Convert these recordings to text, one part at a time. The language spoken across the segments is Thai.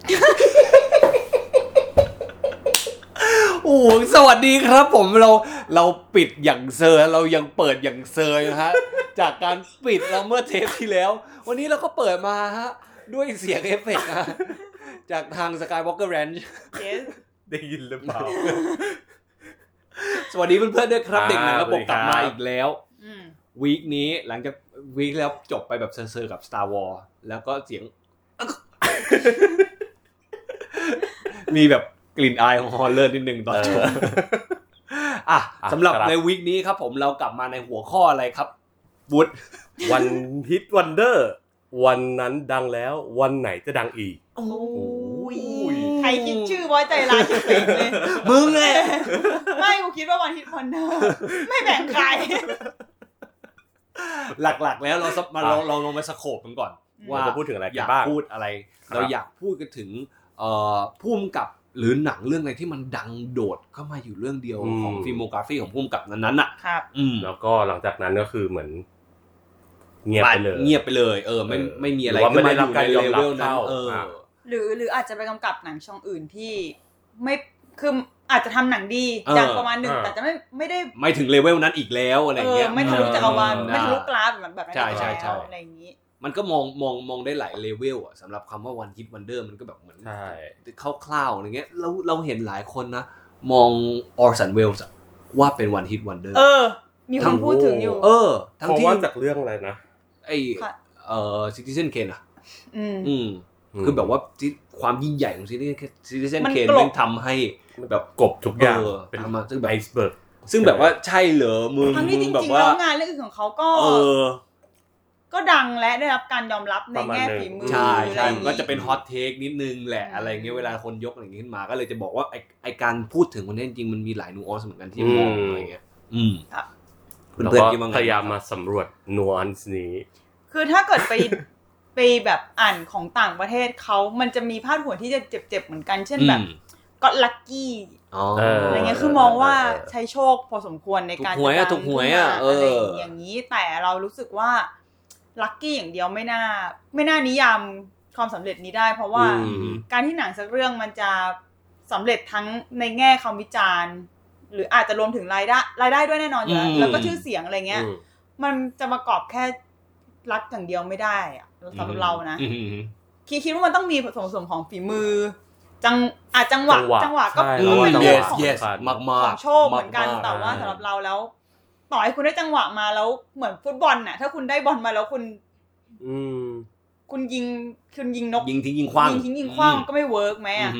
โอ้สวัสดีครับผมเราปิดอย่างเซอร์เรายังเปิดอย่างเซอร์นะฮะจากการปิดเราเมื่อเทปที่แล้ววันนี้เราก็เปิดมาฮะด้วยเสียงเอฟเฟกต์นะจากทาง Skywalker Ranch ได้ยินหรือเปล่าสวัสดีเพื่อนๆด้วยครับเด็กหนังระบบกลับมาอีกแล้ววีคนี้หลังจากวีคแล้วจบไปแบบเซอร์ๆกับ Star Wars แล้วก็เสียง มีแบบกลิ่นอายของฮอลเลอร์นิดนึงตอนจบอ่ะสำหรับในวีคนี้ครับผมเรากลับมาในหัวข้ออะไรครับวุฒิวันฮิตวันเดอร์วันนั้นดังแล้ววันไหนจะดังอีกโอ้ยใครคิดชื่อไว้ใจร้ายชิบเป่งเลยมึงเลยไม่กูคิดว่าวันฮิตวันเดอร์ไม่แบ่งใครหลักๆแล้วเราลงมาสโคปกันก่อนว่าจะพูดถึงอะไรอยากบ้างพูดอะไรเราอยากพูดกันถึงผู้กำกับหรือหนังเรื่องอะไรที่มันดังโดดเข้ามาอยู่เรื่องเดียวของฟิล์มโมกราฟีของผู้กำกับนั้นๆน่ะครับแล้วก็หลังจากนั้นก็คือเหมือนเงียบไปเลยไม่มีอะไรขึ้นมาอยู่ในเลเวลนั้นหรืออาจจะไปกำกับหนังช่องอื่นที่ไม่คืออาจจะทำหนังดีดังประมาณนึงแต่จะไม่ได้ไม่ถึงเลเวลนั้นอีกแล้วอะไรเงี้ยไม่ทะลุจักรวาลไม่ทะลุกราฟแบบนั้นใช่อะไรอย่างงี้มันก็มองได้หลายเลเวลอ่ะสำหรับคำว่า One Hit Wonder มันก็แบบเหมือนคร่าวๆอะไรเงี้ยเราเห็นหลายคนนะมอง Orson Welles ว่าเป็น One Hit Wonder มีคนพูดถึงอยู่ทั้งที่ว่าจากเรื่องอะไรนะไอ้Citizen Kane อ่ะคือแบบว่าความยิ่งใหญ่ของ Citizen Kane มันทำให้แบบกบทุกอย่างเป็นมาซึ่งแบบไอซ์เบิร์กซึ่งแบบว่าใช่เหรอมึงทั้งที่จริงๆแล้วงานเรื่องอื่นของเขาก็ดังและได้รับการยอมรับในแง่ฝีมือใช่มันก็จะเป็นฮอตเทคนิดนึงแหละอะไรเงี้ยเวลาคนยกอะไรอย่างงี้ขึ้นมาก็เลยจะบอกว่าไอการพูดถึงคนนี้จริงๆมันมีหลายนูออนซ์เหมือนกันที่มองอะไรเงี้ยเพื่อนๆพยายามมาสำรวจนูออนซ์นี้คือถ้าเกิดไปแบบอ่านของต่างประเทศเขามันจะมีพาดหัวที่จะเจ็บๆเหมือนกันเช่นแบบก็ลัคกี้อะไรเงี้ยคือมองว่าใช้โชคพอสมควรในการจะดังถูกหวยอะไรอย่างนี้แต่เรารู้สึกว่าลัคกี้อย่างเดียวไม่น่านิยามความสำเร็จนี้ได้เพราะว่าการที่หนังสักเรื่องมันจะสำเร็จทั้งในแง่คำวิจารณ์หรืออาจจะรวมถึงรายได้ด้วยแน่นอนอยู่แล้วก็ชื่อเสียงอะไรเงี้ยมันจะประกอบแค่รักอย่างเดียวไม่ได้อะสำหรับเรานะคิดว่ามันต้องมีผสมของฝีมือจังหวะก็เป็นเรื่องของโชคเหมือนกันแต่ว่าสำหรับเราแล้วต่อให้คุณได้จังหวะมาแล้วเหมือนฟุตบอลน่ะถ้าคุณได้บอลมาแล้วคุณยิงนกยิงทิ้งยิงขว้างก็ไม่เวิร์กไหมอ่ะ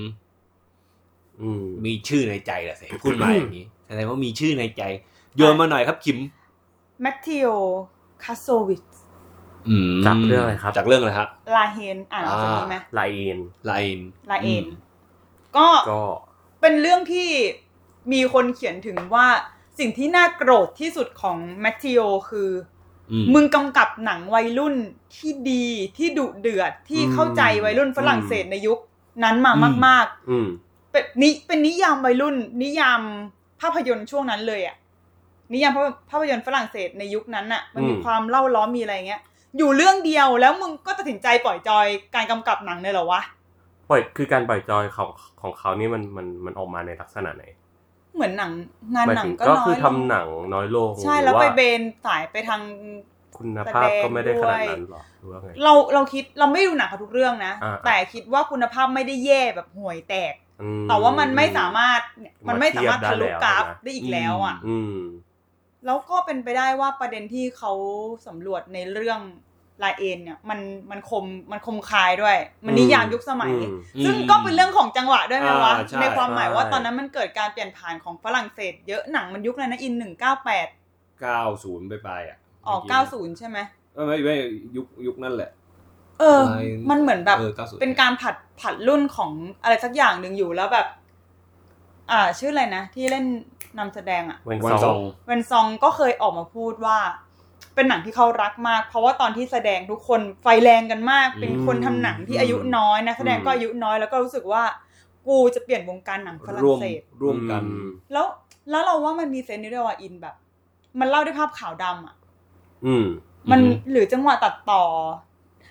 มีชื่อในใจแหละสิพูดมาอย่างนี้แสดงว่ามีชื่อในใจโยนมาหน่อยครับคิมแมทธิโอคาโซวิชจากเรื่องอะไรครับจากเรื่องอะไรครับลาเฮนอ่านออกเสียงนี้ไหมลาเอนก็เป็นเรื่องที่มีคนเขียนถึงว่าสิ่งที่น่าโกรธที่สุดของแมทธิโอคือมึงกำกับหนังวัยรุ่นที่ดีที่ดุเดือดที่เข้าใจวัยรุ่นฝรั่งเศสในยุคนั้นมามากๆเป็นนิยามวัยรุ่นนิยามภาพยนตร์ช่วงนั้นเลยอ่ะนิยามภาพยนตร์ฝรั่งเศสในยุคนั้นน่ะมันมีความเล่าล้อมมีอะไรเงี้ยอยู่เรื่องเดียวแล้วมึงก็ตัดสินใจปล่อยจอยการกำกับหนังเลยเหรอวะคือการปล่อยจอยของเขานี่มันออกมาในลักษณะไหนเหมือนหนังงานหนังก็น้อยก็คือทำหนังน้อยลงใช่แล้วไปเบนสายไปทางคุณภาพก็ไม่ได้ขนาดนั้นหรอหรือว่าไงเราคิดเราไม่ดูหนังเขาทุกเรื่องนะแต่คิดว่าคุณภาพไม่ได้แย่แบบห่วยแตกแต่ว่ามันไม่สามารถทะลุกราฟได้อีกแล้วอ่ะแล้วก็เป็นไปได้ว่าประเด็นที่เขาสำรวจในเรื่องลาเอนเนี่ยมันคมคายด้วยมันนิยามยุคสมัยซึ่งก็เป็นเรื่องของจังหวะด้วยนะวะในความหมายว่าตอนนั้นมันเกิดการเปลี่ยนผ่านของฝรั่งเศสเยอะหนังมันยุคอะไรนะ1998 90ไปอ่ะ 90ใช่ไหมไม่ยุคนั่นแหละมันเหมือนแบบเป็นการผัดรุ่นของอะไรสักอย่างนึงอยู่แล้วแบบชื่ออะไรนะที่เล่นนำแสดงอ่ะเวนซองก็เคยออกมาพูดว่าเป็นหนังที่เขารักมากเพราะว่าตอนที่แสดงทุกคนไฟแรงกันมากเป็นคนทำหนังที่อายุน้อยนะแสดงก็อายุน้อยแล้วก็รู้สึกว่ากูจะเปลี่ยนวงการหนังฝรั่งเศสร่วมกันแล้วเราว่ามันมีเซนส์นี้ด้วยว่าอินแบบมันเล่าด้วยภาพขาวดำอ่ะมันหรือจังหวะตัดต่อ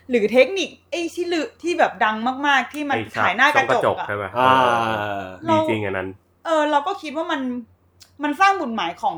หรือเทคนิคไอ้ที่แบบดังมากๆที่มันถ่ายหน้ากระจกอ่ะใช่ไหมดีจริงอันนั้นเราก็คิดว่ามันสร้างบุญหมายของ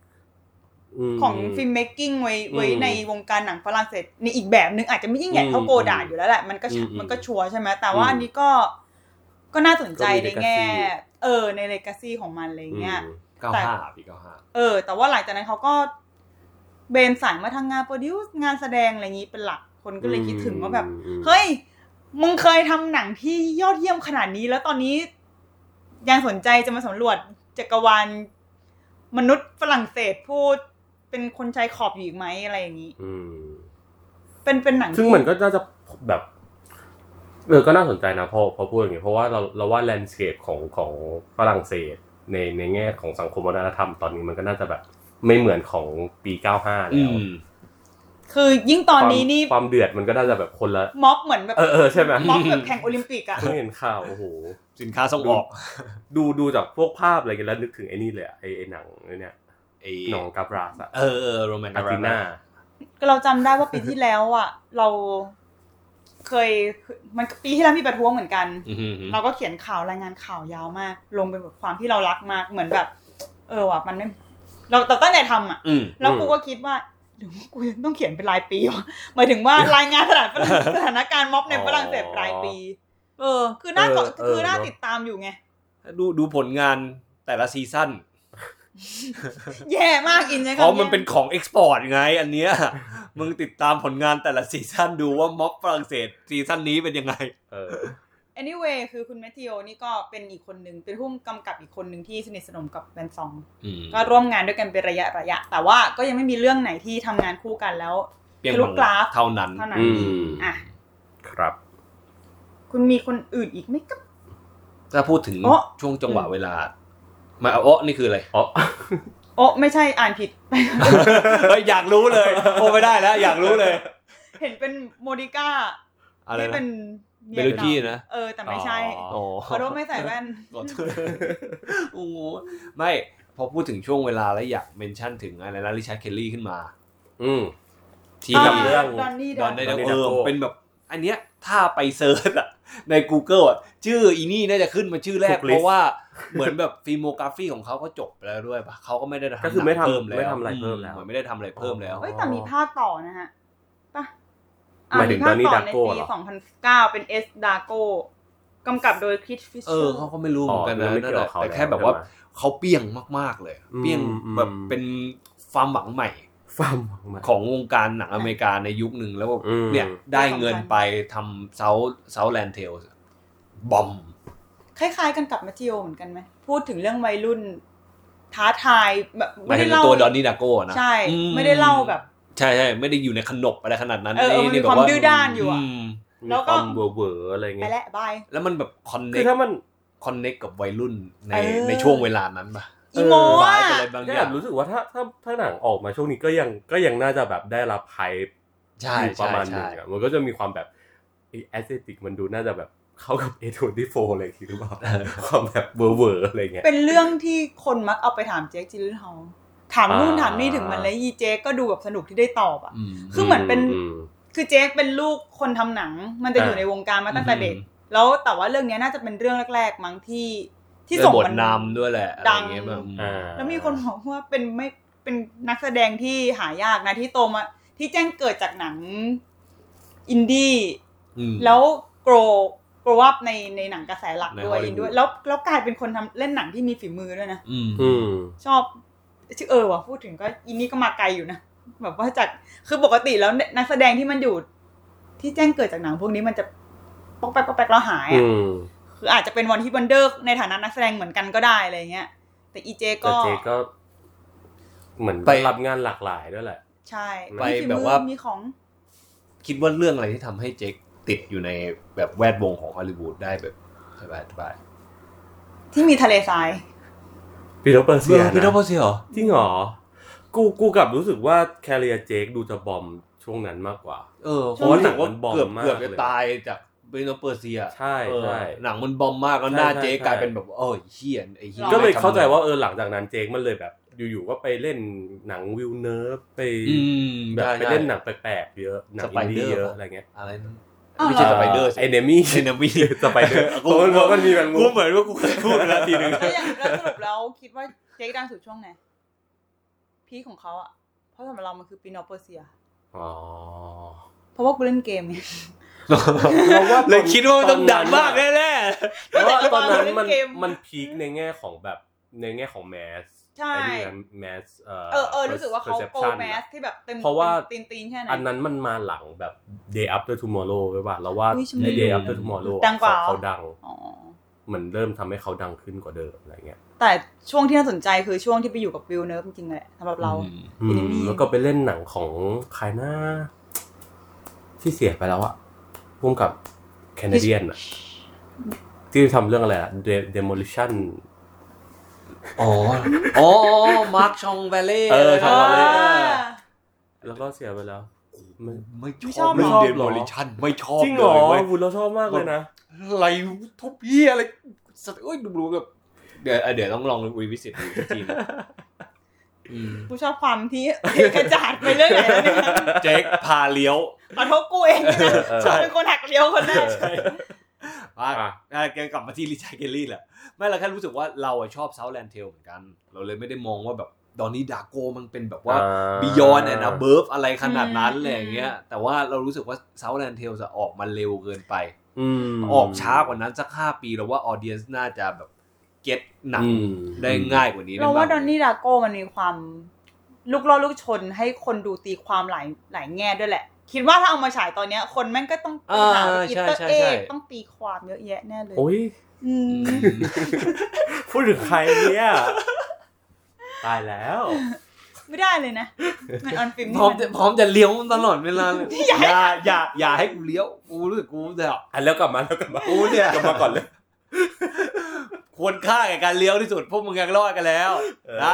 ฟิล์มเมคกิ้งไว้ในวงการหนังฝรั่งเศสในอีกแบบนึงอาจจะไม่ยิ่งใหญ่เท่าโกดาอยู่แล้วแหละมันก็ชัวร์ใช่ไหมแต่ว่าอันนี้ก็น่าสนใจในแง่ในเลกาซี่ของมันอะไรเงี้ย 95ปี95 แต่ว่าหลังจากนั้นเขาก็เบนสายมาทางงานโปรดิวซ์งานแสดงอะไรอย่างนี้เป็นหลักคนก็เลยคิดถึงว่าแบบเฮ้ยมึงเคยทำหนังที่ยอดเยี่ยมขนาดนี้แล้วตอนนี้ยังสนใจจะมาสำรวจจักรวาลมนุษย์ฝรั่งเศสพูดเป็นคนชายขอบอยู่อีกไหมอะไรอย่างนี้เป็นหนังซึ่งมันก็น่าจะแบบก็น่าสนใจนะพอพูดอย่างนี้เพราะว่าเราว่าแลนด์สเคปของฝรั่งเศสในแง่ของสังคมวัฒนธรรมตอนนี้มันก็น่าจะแบบไม่เหมือนของปี95แล้วคือยิ่งตอนนี้นี่ความเดือดมันก็น่าจะแบบคนละม็อบเหมือนแบบใช่ไหมม็อบแบบแข่งโอลิมปิกอะเห็นข่าวโอ้โหสินค้าส่งออกดูจากพวกภาพอะไรกันแล้วนึกถึงไอ้นี่เลยไอ้หนังเนี่ยไอ้หนองกาบราสอะโรแมนอาร์ติน่าก็เราจำได้ว่าปีที่แล้วอะเราเคยมันปีที่แล้วมีประท้วงเหมือนกันเราก็เขียนข่าวรายงานข่าวยาวมากลงเป็นบทความที่เรารักมากเหมือนแบบว่ะมันไม่เราตั้งใจทำอะแล้วกูก็คิดว่าหรือว่ากูต้องเขียนเป็นรายปีวะหมายถึงว่ารายงานสถานการณ์ม็อบในฝรั่งเศสรายปีคือน่าติดตามอยู่ไงดูผลงานแต่ละซีซั่นแย่มากอินใช่เพราะมันเป็นของเอ็กซ์พอร์ตไงอันเนี้ยมึงติดตามผลงานแต่ละซีซั่นดูว่าม็อบฝรั่งเศสซีซั่นนี้เป็นยังไง anyway คือคุณแมทธิโอนี่ก็เป็นอีกคนนึงเป็นผู้กำกับอีกคนนึงที่สนิทสนมกับแบนซองก็ร่วมงานด้วยกันเป็นระยะแต่ว่าก็ยังไม่มีเรื่องไหนที่ทำงานคู่กันแล้วทะลุกราฟเท่านั้นอ่ะครับคุณมีคนอื่นอีกไหมครับถ้าพูดถึงช่วงจังหวะเวลามานี่คืออะไรไม่ใช่อ่านผิดอยากรู้เลยไม่ได้แล้วอยากรู้เลยเห็นเป็นโมดิก้าที่เป็นเบลูกี้นะแต่ไม่ใช่ขอโทษไม่ใส่แว่นโอ้โหไม่พอพูดถึงช่วงเวลาแล้วอยากเมนชั่นถึงอะไรนะริชาร์ดเคลลี่ขึ้นมาที่กับเรื่องดอนนี่เป็นแบบอันเนี้ยถ้าไปเซิร์ชอะใน Google อ่ะชื่ออีนี่น่าจะขึ้นมาชื่อแรกเพราะว่าเหมือนแบบฟิล์โมกราฟีของเขาก็จบแล้วด้วยป่ะเขาก็ไม่ได้ทำก็คือไม่ทำอะไรเพิ่มแล้วไม่ได้ทำอะไรเพิ่มแล้วแต่มีภาคต่อนะฮะป่ะหมายถึงตอนนี้ดาโก้ในปี2009เป็น S ดาโก้กำกับโดยคริสฟิชเชอร์เขาก็ไม่รู้เหมือนกันนะแต่แค่แบบว่าเขาเปี้ยงมากๆเลยเปี้ยงแบบเป็นความหวังใหม่ของวงการหนังอเมริกาในยุคนึงแล้วเนี่ยได้เงินไปทำSouthland Tales บอมคล้ายๆกันกับแมทธิโอเหมือนกันไหมพูดถึงเรื่องวัยรุ่นท้าทายแบบไม่ได้เล่าตัวดอนนี่ดาโก้นะใช่ไม่ได้เล่าแบบใช่ไม่ได้อยู่ในขนบอะไรขนาดนั้นนี่แบบว่าความดื้อด้านอยู่แล้วก็เวอร์อะไรเงี้ยไปแล้วบายแล้วมันแบบคอนเนคคือถ้ามันคอนเนคกับวัยรุ่นในช่วงเวลานั้นป่ะอีโมอ่ะก็รู้สึกว่าถ้าหนังออกมาช่วงนี้ก็ยังน่าจะแบบได้รับไฮป์ประมาณนึงอ่ะมันก็จะมีความแบบแอสเธติกมันดูน่าจะแบบเข้ากับ A24 อะไรอย่างงี้หรือเปล่าความแบบเวอร์อะไรเงี้ยเป็นเรื่องที่คนมักเอาไปถามเจคจิลเลนฮอลถามนู่นถามนี่ถึงมันแล้วอีเจคก็ดูแบบสนุกที่ได้ตอบอ่ะคือเหมือนเป็นคือเจคเป็นลูกคนทำหนังมันจะอยู่ในวงการมาตั้งแต่เด็กแล้วแต่ว่าเรื่องนี้น่าจะเป็นเรื่องแรกๆมั้งที่ส่งบทนำด้วยแหละอะไรเงี้ยแบบแล้วมีคนบอกว่าเป็นนักแสดงที่หายากนะที่โตมาที่แจ้งเกิดจากหนังอินดี้แล้วโกรอัพในหนังกระแสหลักด้วยแล้วกลายเป็นคนทำเล่นหนังที่มีฝีมือด้วยนะชอบว่ะพูดถึงก็อินนี่ก็มาไกลอยู่นะแบบว่าจากคือปกติแล้วนักแสดงที่มันอยู่ที่แจ้งเกิดจากหนังพวกนี้มันจะป๊อกแป๊กแล้วหายอ่ะคืออาจจะเป็นวันฮิตวันเดอร์ในฐานะนักแสดงเหมือนกันก็ได้อะไรเงี้ยแต่อีเจก็เหมือนรับงานหลากหลายด้วยแหละใช่ไปแบบว่ามีของคิดว่าเรื่องอะไรที่ทำให้เจคติดอยู่ในแบบแวดวงของฮอลลีวูดได้แบบสบายที่มีทะเลทรายปีโตเปอร์เซียเหรอจริงเหรอกูกลับรู้สึกว่าแคเรียเจคดูจะบอมช่วงนั้นมากกว่าเพราะว่าหนังมันบอมมากเกือบจะตายจากปีโตเปอร์เซียใช่หนังมันบอมมากแล้วหน้าเจคกลายเป็นแบบเหี้ยไอ้เหี้ยก็เลยเข้าใจว่าหลังจากนั้นเจคมันเลยแบบอยู่ๆก็ไปเล่นหนังวิลเนิร์ฟไปแบบไปเล่นหนังแปลกๆเยอะหนังอินดี้เยอะอะไรเงี้ยอะไรไม่ใช่สไปเดอร์เอเนมี่สไปเดอร์มันมีแบบกูเหมือนว่ากูเคยพูดแล้วทีนึงแล้วสรุปแล้วคิดว่าเจ๊ดังสุดช่วงไหนพีคของเขาอ่ะเพราะสำหรับเรามันคือปีนอเปอร์เซียเพราะว่ากูเล่นเกมไงเราว่าเลยคิดว่าต้องดังมากแน่ๆเพราะว่าตอนนั้นมันพีคในแง่ของแบบในแง่ของแมสใช่แมสรู้สึกว่าเขาโกแมสที่แบบเต็มตีนแค่ไหนอันนั้นมันมาหลังแบบ Day After Tomorrow ใช่ป่ะเราว่าใน Day After Tomorrow เขาดังมันเริ่มทำให้เขาดังขึ้นกว่าเดิมอะไรเงี้ยแต่ช่วงที่น่าสนใจคือช่วงที่ไปอยู่กับวิลเนิร์ฟจริงๆแหละสำหรับเราแล้วก็ไปเล่นหนังของใครนะที่เสียไปแล้วอะร่วมกับแคนาเดียนอะที่ทำเรื่องอะไรอะ Demolition มาร์คชองแวลเล่ชองแวลเล่แล้วก็เสียไปแล้วไม่ชอบเดโมลิชั่นไม่ชอบจริงเหรอคุณเราชอบมากเลยนะอะไรทุบพี่อะไรดูแบบเดี๋ยวต้องลองรีวิสิตดูจริงกูชอบความที่กระจาดไปเรื่อยๆแล้วเนี่ยเจ๊กพาเลี้ยวขอโทษกูเองนะเป็นคนหักเลี้ยวคนแรกแกกลับมาที่ริชาร์ดเกลลี่แหละไม่เราแค่รู้สึกว่าเราชอบเซาท์แลนด์เทลเหมือนกันเราเลยไม่ได้มองว่าแบบดอนนี่ดาโก้มันเป็นแบบว่า Beyond and Above อะไรขนาดนั้นอะไรอย่างเงี้ยแต่ว่าเรารู้สึกว่าเซาท์แลนด์เทลจะออกมาเร็วเกินไปออกช้ากว่านั้นสัก5 ปีแล้วว่าออเดียนซ์น่าจะแบบเก็ตหนังได้ง่ายกว่านี้เราว่าดอนนี่ดาโก้มันมีความลุกล่อลุกชนให้คนดูตีความหลายแง่ด้วยแหละคิดว่าถ้าเอามาฉายตอนเนี้ยคนแม่งก็ต้องหาอินเตอร์เอกต้องตีความเยอะแยะแน่เลยโอ้ยพูดถึงใครเนี่ยตายแล้วไม่ได้เลยนะมันออนฟิล์มพร้อมจะเลี้ยวตลอดเวลาเลยอย่าให้กูเลี้ยวกูรู้สึกกูแบบแล้วกลับมากูเนี่ยกลับมาก่อนเลยควรค่าแก่การเลี้ยวที่สุดพวกมึงยังรอดกันแล้วนะ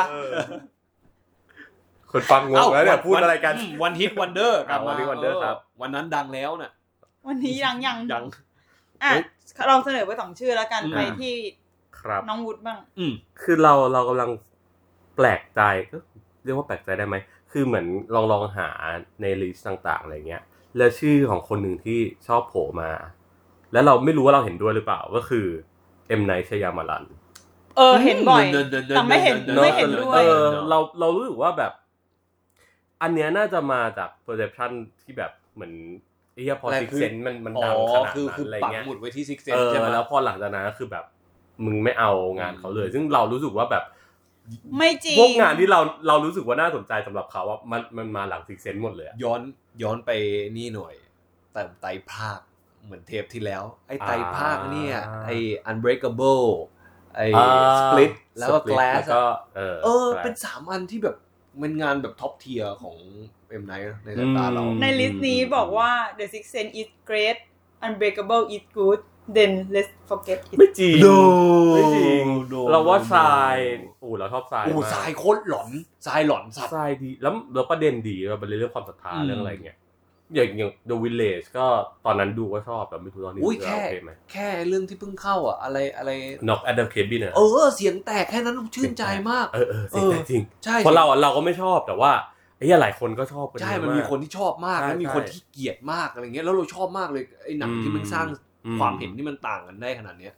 คนฟังงงแล้วเนี่ยพูดอะไรกันวันฮิตวันเดอร์กับวันฮิตวันเดอร์ครับวันนั้นดังแล้วน่ะวันนี้ยังเราเสนอไป2ชื่อแล้วกันไปที่น้องวุฒิบ้างคือเรากำลังแปลกใจก็เรียกว่าแปลกใจได้ไหมคือเหมือนลองหาในลิสต์ต่างๆอะไรเงี้ยแล้วชื่อของคนหนึ่งที่ชอบโผล่มาแล้วเราไม่รู้ว่าเราเห็นด้วยหรือเปล่าก็คือM Night Shyamalan เห็นบ่อยแต่ไม่เห็นด้วยเรารู้สึกว่าแบบอันเนี้ยน่าจะมาจาก perception ที่แบบเหมือนพอ Six Sense มันดังขนาดนั้นอะไรเงี้ยปักหมุดไว้ที่ Six Sense ใช่มั้ยแล้วพอหลังจากนั้นก็คือแบบมึงไม่เอางานเขาเลยซึ่งเรารู้สึกว่าแบบไม่จริงพวกงานที่เรารู้สึกว่าน่าสนใจสำหรับเขาว่ามันมาหลัง Six Sense หมดเลยย้อนไปนี่หน่อยแต่ไตรภาคเหมือนเทปที่แล้วไอ้ไตรภาคเนี่ยไอ้ Unbreakable ไอ้ Split แล้วก็ Glass ก็เป็น3อันที่แบบเป็นงานแบบท็อปเทียร์ของ M Night ในสายตาเราในลิสต์นี้บอกว่า The Sixth Sense is great Unbreakable is good then let's forget it ไม่จริงไม่จริงเราว่าทรายเราชอบทรายมากทรายโคตรหลอนทรายหลอนสัตว์ทรายดีแล้วประเด็นดีเราเป็นเรื่องความศรัทธาเรื่องอะไรเงี้ยอย่าง The Village ก็ตอนนั้นดูก็ชอบแต่ไม่รู้ตอนนี้โอเคมั้ยแค่เรื่องที่เพิ่งเข้าอ่ะอะไร Knock at the Cabin น่ะเสียงแตกแค่นั้นชื่นใจมากเสียงแตกจริงเพราะเราก็ไม่ชอบแต่ว่าไอ้หลายคนก็ชอบใช่มันมีคนที่ชอบมากแล้วมีคนที่เกลียดมากอะไรเงี้ยแล้วเราชอบมากเลยไอ้หนังที่มันสร้างความเห็นที่มันต่างกันได้ขนาดเนี้ย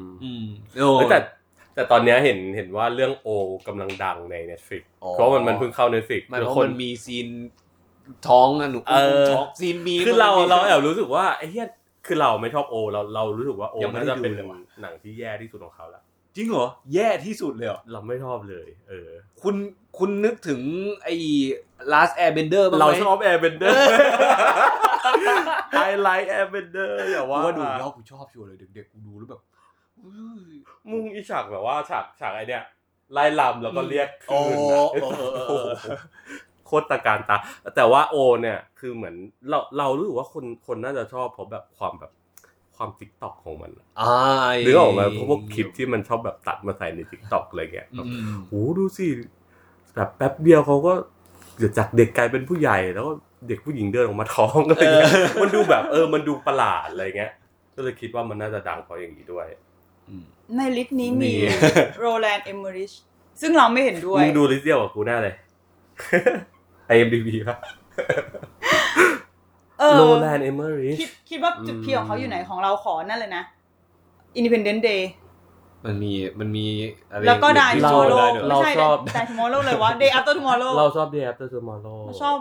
แต่ตอนนี้เห็นว่าเรื่องโอกำลังดังใน Netflix เพราะมันเพิ่งเข้า Netflix เพราะมันมีซีนท้องอ่ะหนูท้องซีนมีคือเราแอบรู้สึกว่าไอ้เหี้ยคือเราไม่ชอบโอเรารู้สึกว่าโอมันจะเป็นหนังที่แย่ที่สุดของเขาแล้วจริงเหรอแย่ที่สุดเลยเหรอเราไม่ชอบเลยคุณนึกถึงไอ้ Last Airbender บ้างมั้ยเราชอบ Airbender I like Airbender อย่าว่าดูแล้วกูชอบชัวร์เลยเด็กๆกูดูแล้วแบบมึงอีฉากแบบว่าฉากไอ้เนี่ยไล่ลำแล้วก็เรียกคืนโคตรตะการตาแต่ว่าโอเนี่ยคือเหมือนเรารู้สึกว่าคนน่าจะชอบเพราะแบบความ TikTok ของมันหรือออกมาพวกคลิปที่มันชอบแบบตัดมาใส่ใน TikTok อะไรเงี้ยโอ้ดูสิแบบแป๊บเดียวเขาก็จากเด็กกลายเป็นผู้ใหญ่แล้วก็เด็กผู้หญิงเดินออกมาท้องอะไรเงี้ยมันดูแบบมันดูประหลาดอะไรเงี้ยก็เลยคิดว่ามันน่าจะดังเพราะอย่างนี้ด้วยในลิสต์นี้มีโรแลนด์เอมเมอริชซึ่งเราไม่เห็นด้วยมึงดูลิสต์เดียวกับกูแน่เลย IMDb ป่ะRoland Emmerich คิดว่าจุดพีของเขาอยู่ไหนของเราขอนั่นเลยนะ Independent Day มันมีอะไรแล้วก็ Die Tomorrow เราชอบ Die Tomorrow เลยวะ Day After Tomorrow เราชอบ Day After Tomorrow เราชอบ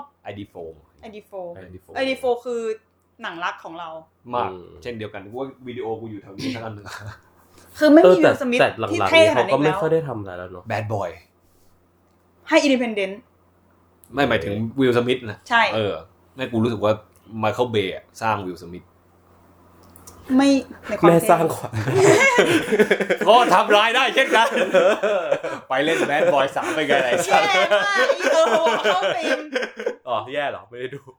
ID4 คือหนังรักของเรามากเช่นเดียวกันว่าวิดีโอกูอยู่แถวนี้ทั้งอันนึงคือไม่มีวิลสมิธที่เท่ขนาดนี้แล้วเขาก็ไม่ค่อยได้ทำอะไรแล้วเนาะ Bad Boy ให้ Independent ไม่หมายถึงวิลสมิธนะใช่แม่กูรู้สึกว่าไมเคิลเบย์สร้างวิลสมิธไม่ในความแม่สร้างขวัญก็ทำรายได้เช่นกันไปเล่นแบดบอย3ไปไงไหนแย่มากเข้าฟิล์มแย่เหรอไม่ได้ดู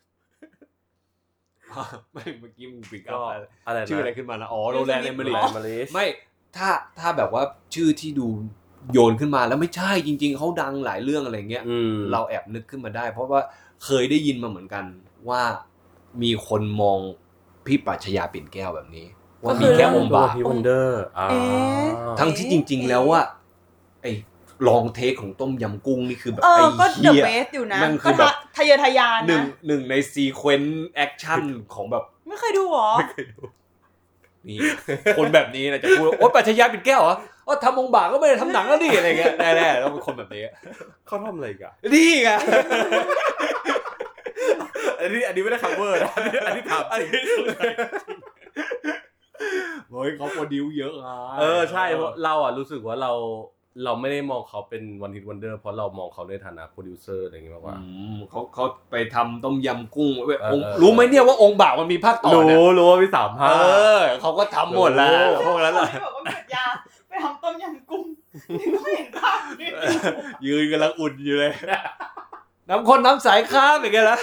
ไม่เมื่อกี้มึงปิดอัพอะไรชื่ออะไรขึ้นมานะโรแลนด์ เอเมอริชไม่ถ้าแบบว่าชื่อที่ดูโยนขึ้นมาแล้วไม่ใช่จริงๆเขาดังหลายเรื่องอะไรเงี้ยเราแอบนึกขึ้นมาได้เพราะว่าเคยได้ยินมาเหมือนกันว่ามีคนมองพี่ปรัชญาปิ่นแก้วแบบนี้ว่ามีแค่องค์บากทั้งที่จริงๆแล้วว่าไอ้ลองเทคของต้มยำกุ้งนี่คือแบบไอ้เหี้ยก็เดอะเบสอยู่นะก็ทะเยอทะยานนะหนึ่งในซีเควนซ์แอคชั่นของแบบไม่เคยดูหรอไม่เคยดูนี่คนแบบนี้นะจะพูดโอ๊ยปรัชญาปิ่นแก้วเหรอทำองค์บากก็ไม่ได้ทำหนังแล้วดิอะไรเงี้ยแน่ๆต้องเป็นคนแบบนี้เขาทำอะไรกันนี่ไงอันนี้ไม่ได้คัฟเวอร์นะอันนี้ถามจริงโอ้ยเขาโปรดิวเยอะอ่ะใช่เพราะเรารู้สึกว่าเราไม่ได้มองเขาเป็นวันฮิตวันเดอร์เพราะเรามองเขาในฐานะโปรดิวเซอร์อะไรอย่างเงี้ยมากกว่าเขาไปทำต้มยำกุ้งรู้ไหมเนี่ยว่าองค์บากมันมีภาคต่อเนี่ยรู้ว่ามี3 ภาคเขาก็ทำหมดแล้วพวกนั้นแหละบอกว่าหยุดยาไปทำต้มยำกุ้งนี่ก็เห็นภาพยืนกำลังอุ่นอยู่เลยน้ำข้นน้ำใสข้ามอย่างเงี้ยนะ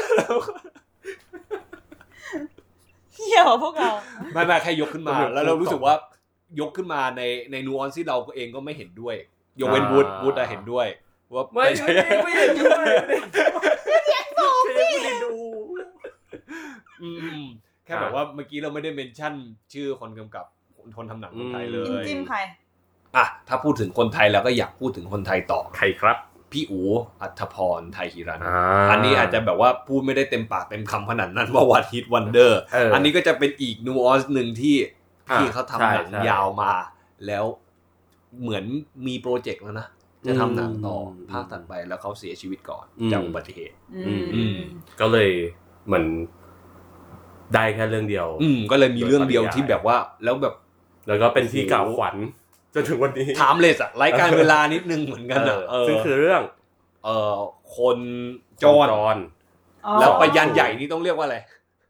เหี้ยเหรอพวกเราไม่แค่ยกขึ้นมาแล้วเรารู้สึกว่ายกขึ้นมาในนูออนซ์ที่เราเองก็ไม่เห็นด้วยยกเว้นวูดเห็นด้วยว่าไม่เห็นด้วยแค่แบบว่าเมื่อกี้เราไม่ได้เมนชั่นชื่อคนกำกับคนทำหนังคนไทยเลยจิ้มใครถ้าพูดถึงคนไทยแล้วก็อยากพูดถึงคนไทยต่อใครครับพี่อู๋อัธพรไทยฮิรันอันนี้อาจจะแบบว่าพูดไม่ได้เต็มปากเต็มคำขนาดนั้นว่าวันฮิตวันเดอร์อันนี้ก็จะเป็นอีกนูออนซ์หนึ่งที่พี่เขาทำหนังยาวมาแล้วเหมือนมีโปรเจกต์แล้วนะจะทำหนังต่อภาคถัดไปแล้วเขาเสียชีวิตก่อนจากอุบัติเหตุก็เลยเหมือนได้แค่เรื่องเดียวก็เลยมีเรื่องเดียวที่แบบว่าแล้วก็เป็นที่กล่าวขวัญจนถึงวันนี้ถามเลยสักรายการเวลานิดนึงเหมือนกันซึ่งคือเรื่องคนจรแล้วปัญญาใหญ่นี่ต้องเรียกว่าอะไร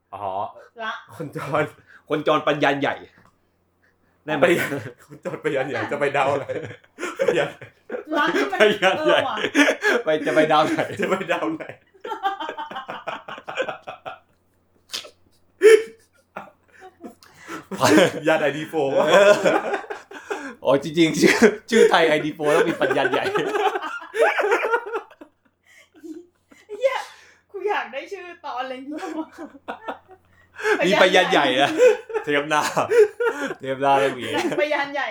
คนจรปัญญาใหญ่ได้ไหมคนจรปัญญาใหญ่จะไปดาวอะไรปัญญาใหญ่จะไปดาวไหนยา ID4 จริงๆชื่อไทย ID4 ต้องมีปัญญาใหญ่กูอยากได้ชื่อตอนอะไรงี้มีปัญญาใหญ่นะเทปหน้าไม่มีปัญญาใหญ่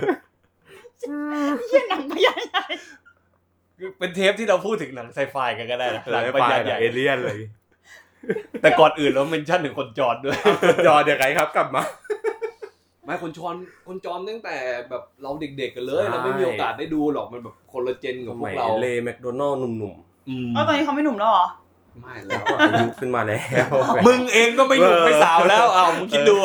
เหี้ยหนังปัญญาใหญ่เป็นเทปที่เราพูดถึงหนังไซไฟกันก็ได้นะหนังปัญญาใหญ่เอเลี่ยนเลยแต่ก่อนอื่นเราเมนชั่นถึงคนจรด้วยคนจรเดี๋ยวไงครับกลับมาไม่คนจรตั้งแต่แบบเราเด็กๆกันเลยเราไม่มีโอกาสได้ดูหรอกมันแบบคนละเจนกับพวกเราเลแมคโดนัลด์หนุ่มๆตอนนี้เขาไม่หนุ่มแล้วเหรอไม่แล้วอายุขึ้นมาแล้วมึงเองก็ไม่หนุ่มไม่สาวแล้วมึงคิดดู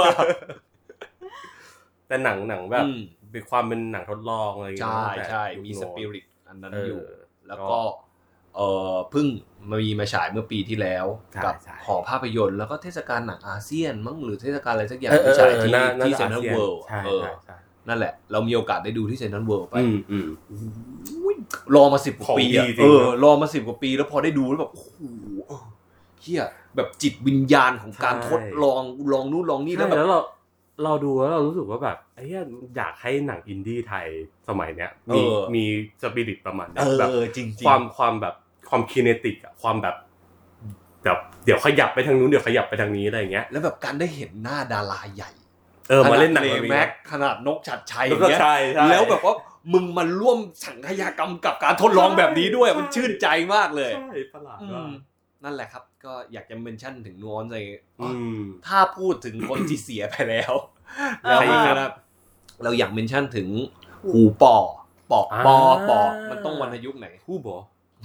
แต่หนังแบบมีความเป็นหนังทดลองอะไรอย่างเงี้ยใช่มีสปิริตอันนั้นอยู่แล้วก็เพิ่งมีมาฉายเมื่อปีที่แล้วกับหอภาพยนตร์แล้วก็เทศกาลหนังอาเซียนมั้งหรือเทศกาลอะไรสักอย่างที่ฉายที่เซ็นทรัลเวิลด์นั่นแหละเรามีโอกาสได้ดูที่เซ็นทรัลเวิลด์ไปรอมา10 กว่าปีรอมา10 กว่าปีแล้วพอได้ดูแล้วแบบโอ้โหเหี้ยแบบจิตวิญญาณของการทดลองนู่นลองนี่แล้วแบบเราดูแล้วเรารู้สึกว่าแบบไอ้เหี้ยอยากให้หนังอินดี้ไทยสมัยเนี้ยมีสปิริตประมาณนั้นแบบจริงความแบบความคีเนติกอ่ะความแบบเดี๋ยวขยับไปทางนู้นเดี๋ยวขยับไปทางนี้อะไรอย่างเงี้ยแล้วแบบการได้เห็นหน้าดาราใหญ่มาเล่นหนังแม็กขนาดนกฉัตรชัยอย่างเงี้ยแล้วแบบว่ามึงมาร่วมสังคายกรรมกับการทดลองแบบนี้ด้วยมันชื่นใจมากเลยใช่ประหลาดมากนั่นแหละครับก็อยากจะเมนชั่นถึงนูออนซ์ถ้าพูดถึงคนที่เสียไปแล้วครับเราอยากเมนชั่นถึงหูปอมันต้องวรรณยุกต์ไหนหูบอ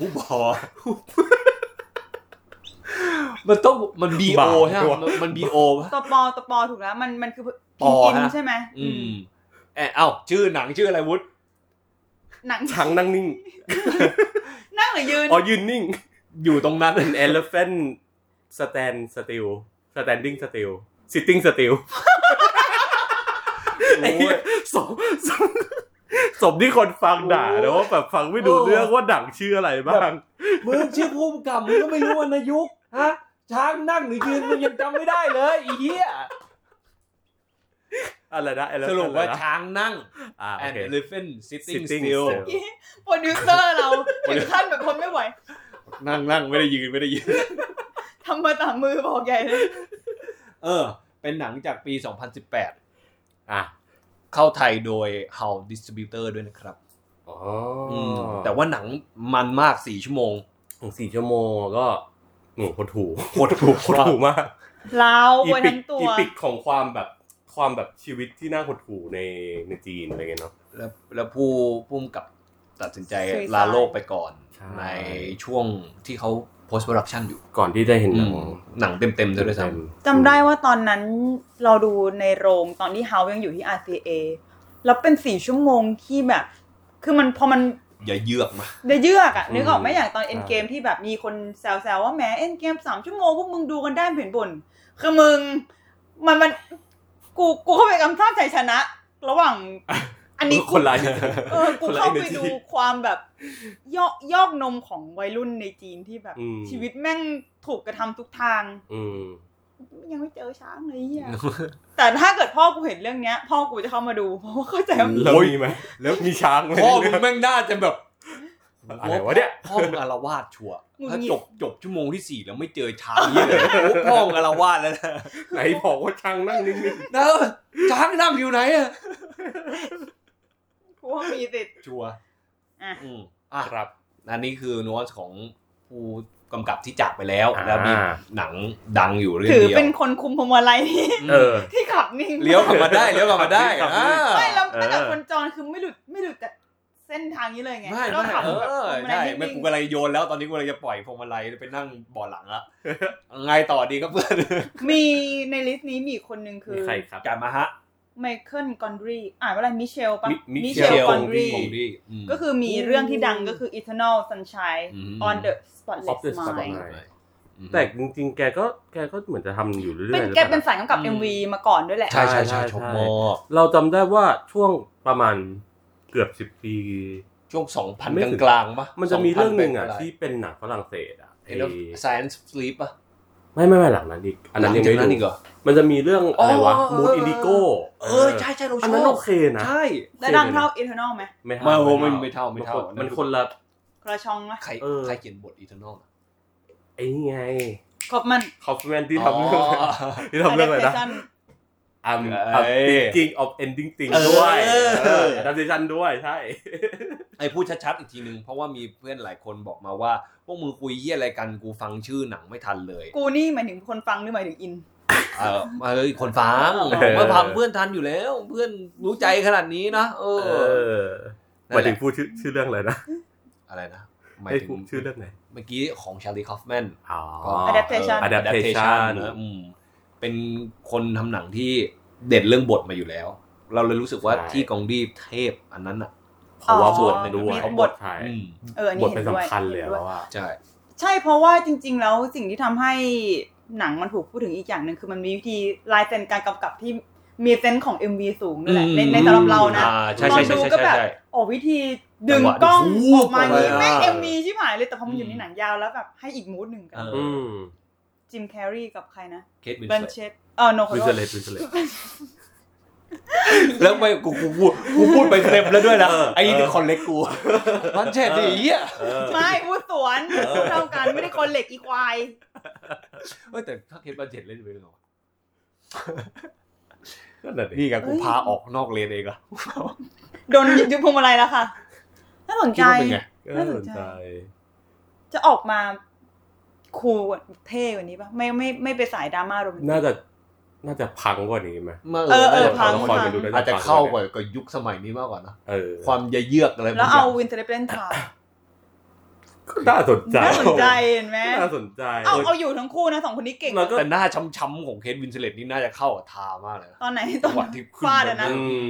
มันต้องมันบีโอใช่ไหมมันบีโอตปอถูกแล้วมันคือพิมพ์อินใช่ไหมชื่อหนังชื่ออะไรวุฒิหนังช้างนั่งนิ่งนั่งหรือยืนยืนนิ่งอยู่ตรงนั้นเป็น elephant stand still standing still sitting still ไอ้สมที่คนฟังด่านะว่าแบบฟังไม่ดูเรื่องว่าหนังชื่ออะไรบ้างมึงชื่อภูมิกับมึงก็ไม่รู้วรรณยุกต์ฮะช้างนั่งหรือยืนมึงยังจำไม่ได้เลยไอ้เหี้ยอะไรนะสรุปว่าช้างนั่ง and elephant sitting still โปรดิวเซอร์เราถึงขั้นแบบทนไม่ไหวนั่งไม่ได้ยืนทำมาตามมือบอกใหญ่เลยเป็นหนังจากปี2018เข้าไทยโดย How Distributor ด้วยนะครับแต่ว่าหนังมันมาก4ชั่วโมง 4ชั่วโมงก็โคตรถูมากลาวไปทั้งตัวอีปิกของความแบบชีวิตที่น่าหดหู่ในจีนอะไรเงี้ยเนาะแล้วผู้กำกับตัดสินใจลาโลกไปก่อนในช่วงที่เขา post production อยู่ก่อนที่จะเห็นหนังเต็มๆด้วยซ้ำจำได้ว่าตอนนั้นเราดูในโรงตอนที่เฮายังอยู่ที่ RCA แล้วเป็น4ชั่วโมงที่แบบคือมันพอมันอย่าเยือกมาอย่าเยือกอ่ะนึกออกไหมอย่างตอน End Game ที่แบบมีคนแซวๆว่าแหม End Game 3ชั่วโมงพวกมึงดูกันได้เห็นบ่นคือมึงมันกูเข้าไปกำชาบใจชนะระหว่างอันนี้คนไรกูเข้าไปดูความแบบยอกนมของวัยรุ่นในจีนที่แบบชีวิตแม่งถูกกระทำทุกทางยังไม่เจอช้างเลยอ่ะแต่ถ้าเกิดพ่อกูเห็นเรื่องเนี้ยพ่อกูจะเข้ามาดูเพราะว่าเข้าใจว่าแล้วมีไหมแล้วมีช้างไหมพ่อมึงแม่งน่าจะแบบอะไรวะเนี่ยพ่อมึงอาละวาดชัวถ้าจบชั่วโมงที่4แล้วไม่เจอช้างนี่เลยพ่อมึงอาละวาดแล้วนะไหนบอกว่าช้างนั่งนิ่งๆนะช้างนั่งอยู่ไหนอ่ะกูว่ามีติดชัวครับอันนี้คือนูอันของผู้กำกับที่จากไปแล้วมีหนังดังอยู่เรื่องเดียวถือเป็นคนคุมพวงมาลัยที่ขับนิ่งเลี้ยวกลับมาได้ไม่แล้วตั้งแต่คนจรคือไม่หลุดแต่เส้นทางนี้เลยไงก็ขับแบบใช่ไม่กูกำลังโยนแล้วตอนนี้กูกำลังจะปล่อยพวงมาลัยไปนั่งเบาะหลังละไงต่อดีครับเพื่อนมีในลิสต์นี้มีคนนึงคือใครครับกลับมาฮะไมเคิลกอนดรีอ่านว่าอะไรมิเชลปะมิเชลกอนดรีก็คือมีเรื่องที่ดังก็คือ Eternal Sunshine on the Spotless Mind แต่จริงๆแกก็เหมือนจะทำอยู่เรื่อยๆแกเป็นสายกำกับ MV มาก่อนด้วยแหละใช่ชมมอเราจำได้ว่าช่วงประมาณเกือบ10ปีช่วง 2000 กลางๆป่ะมันจะมีเรื่องนึงอ่ะที่เป็นหนังฝรั่งเศสอ่ะ Science Sleep ป่ะไม่หลังนั้นอีกอันนั้นยังไม่รู้มันจะมีเรื่องอะไรวะ Mood Indigo ใช่เราชอบอันนั้นโอเคนะใช่แต่ดังเท่า Eternal มั้ยไม่เท่ามันคนละช่องมั้ยใครเขียนบท Eternal ไอ้นี่ไงคอปแมนที่ทำเรื่องอะไรนะI'm thinking of ending things ด้วยadaptation ด้วยใช่ไอ้พูดชัดๆอีกทีนึงเพราะว่ามีเพื่อนหลายคนบอกมาว่าพวกมึงคุยเหี้ยอะไรกันกูฟังชื่อหนังไม่ทันเลยกูนี่หมายถึงคนฟังหรือหมายถึงอินคนฟังมาฟังเพื่อนทันอยู่แล้วเพื่อนรู้ใจขนาดนี้นะหมายถึงพูดชื่อเรื่องอะไรนะอะไรนะหมายถึงชื่อเรื่องไหนเมื่อกี้ของชาลีคอฟแมนก็ adaptation นะเป็นคนทำหนังที่เด่นเรื่องบทมาอยู่แล้วเราเลยรู้สึกว่าที่กองดีเทพอันนั้นอ่ะเพราะว่าบทมันด้วยบทบทเป็นสำคัญเลยแล้วว่าใช่เพราะว่าจริงๆแล้วสิ่งที่ทำให้หนังมันถูกพูดถึงอีกอย่างนึงคือมันมีวิธีลายเซ็นการกำกับที่มีเซนส์ของ MV สูงนั่นแหละในสำหรับเรานะตอนดูก็แบบวิธีดึงกล้องออกมานี่แม่ง MV ชิบหายเลยแต่พอมันอยู่ในหนังยาวแล้วแบบให้อีกมูดหนึ่งกันจิมแคร์รีกับใครนะเบนเชตโนคอร์แล้วไม่กูพูดไปเต็มแล้วด้วยนะไอ้นี่คือคนเล็กกูมันเฉดดีอ่ะไม่พูดสวนเท่ากันไม่ได้คนเล็กอีควายแต่ถ้าเคสบันเจ็ดเล่นไปหรอนี่ไงกูพาออกนอกเลนเองอะโดนยึดพวงมาลัยแล้วค่ะน่าสนใจน่าสนใจจะออกมาคูลเท่กว่านี้ป่ะไม่ไปสายดราม่าโรแมนติกน่าจะพังกว่านี้ไหมพังอาจจะเข้ากว่ายุคสมัยนี้มากกว่านะความเยือกอะไรแล้วเอาวินเทอร์เบนทาน่าสนใจเห็นไหมน่าสนใจเอาอยู่ทั้งคู่นะ2คนนี้เก่งแต่หน้าช้ำๆของเคทวินสเลตนี่น่าจะเข้ากับทามากเลยตอนไหนตอนที่ฟาดนะ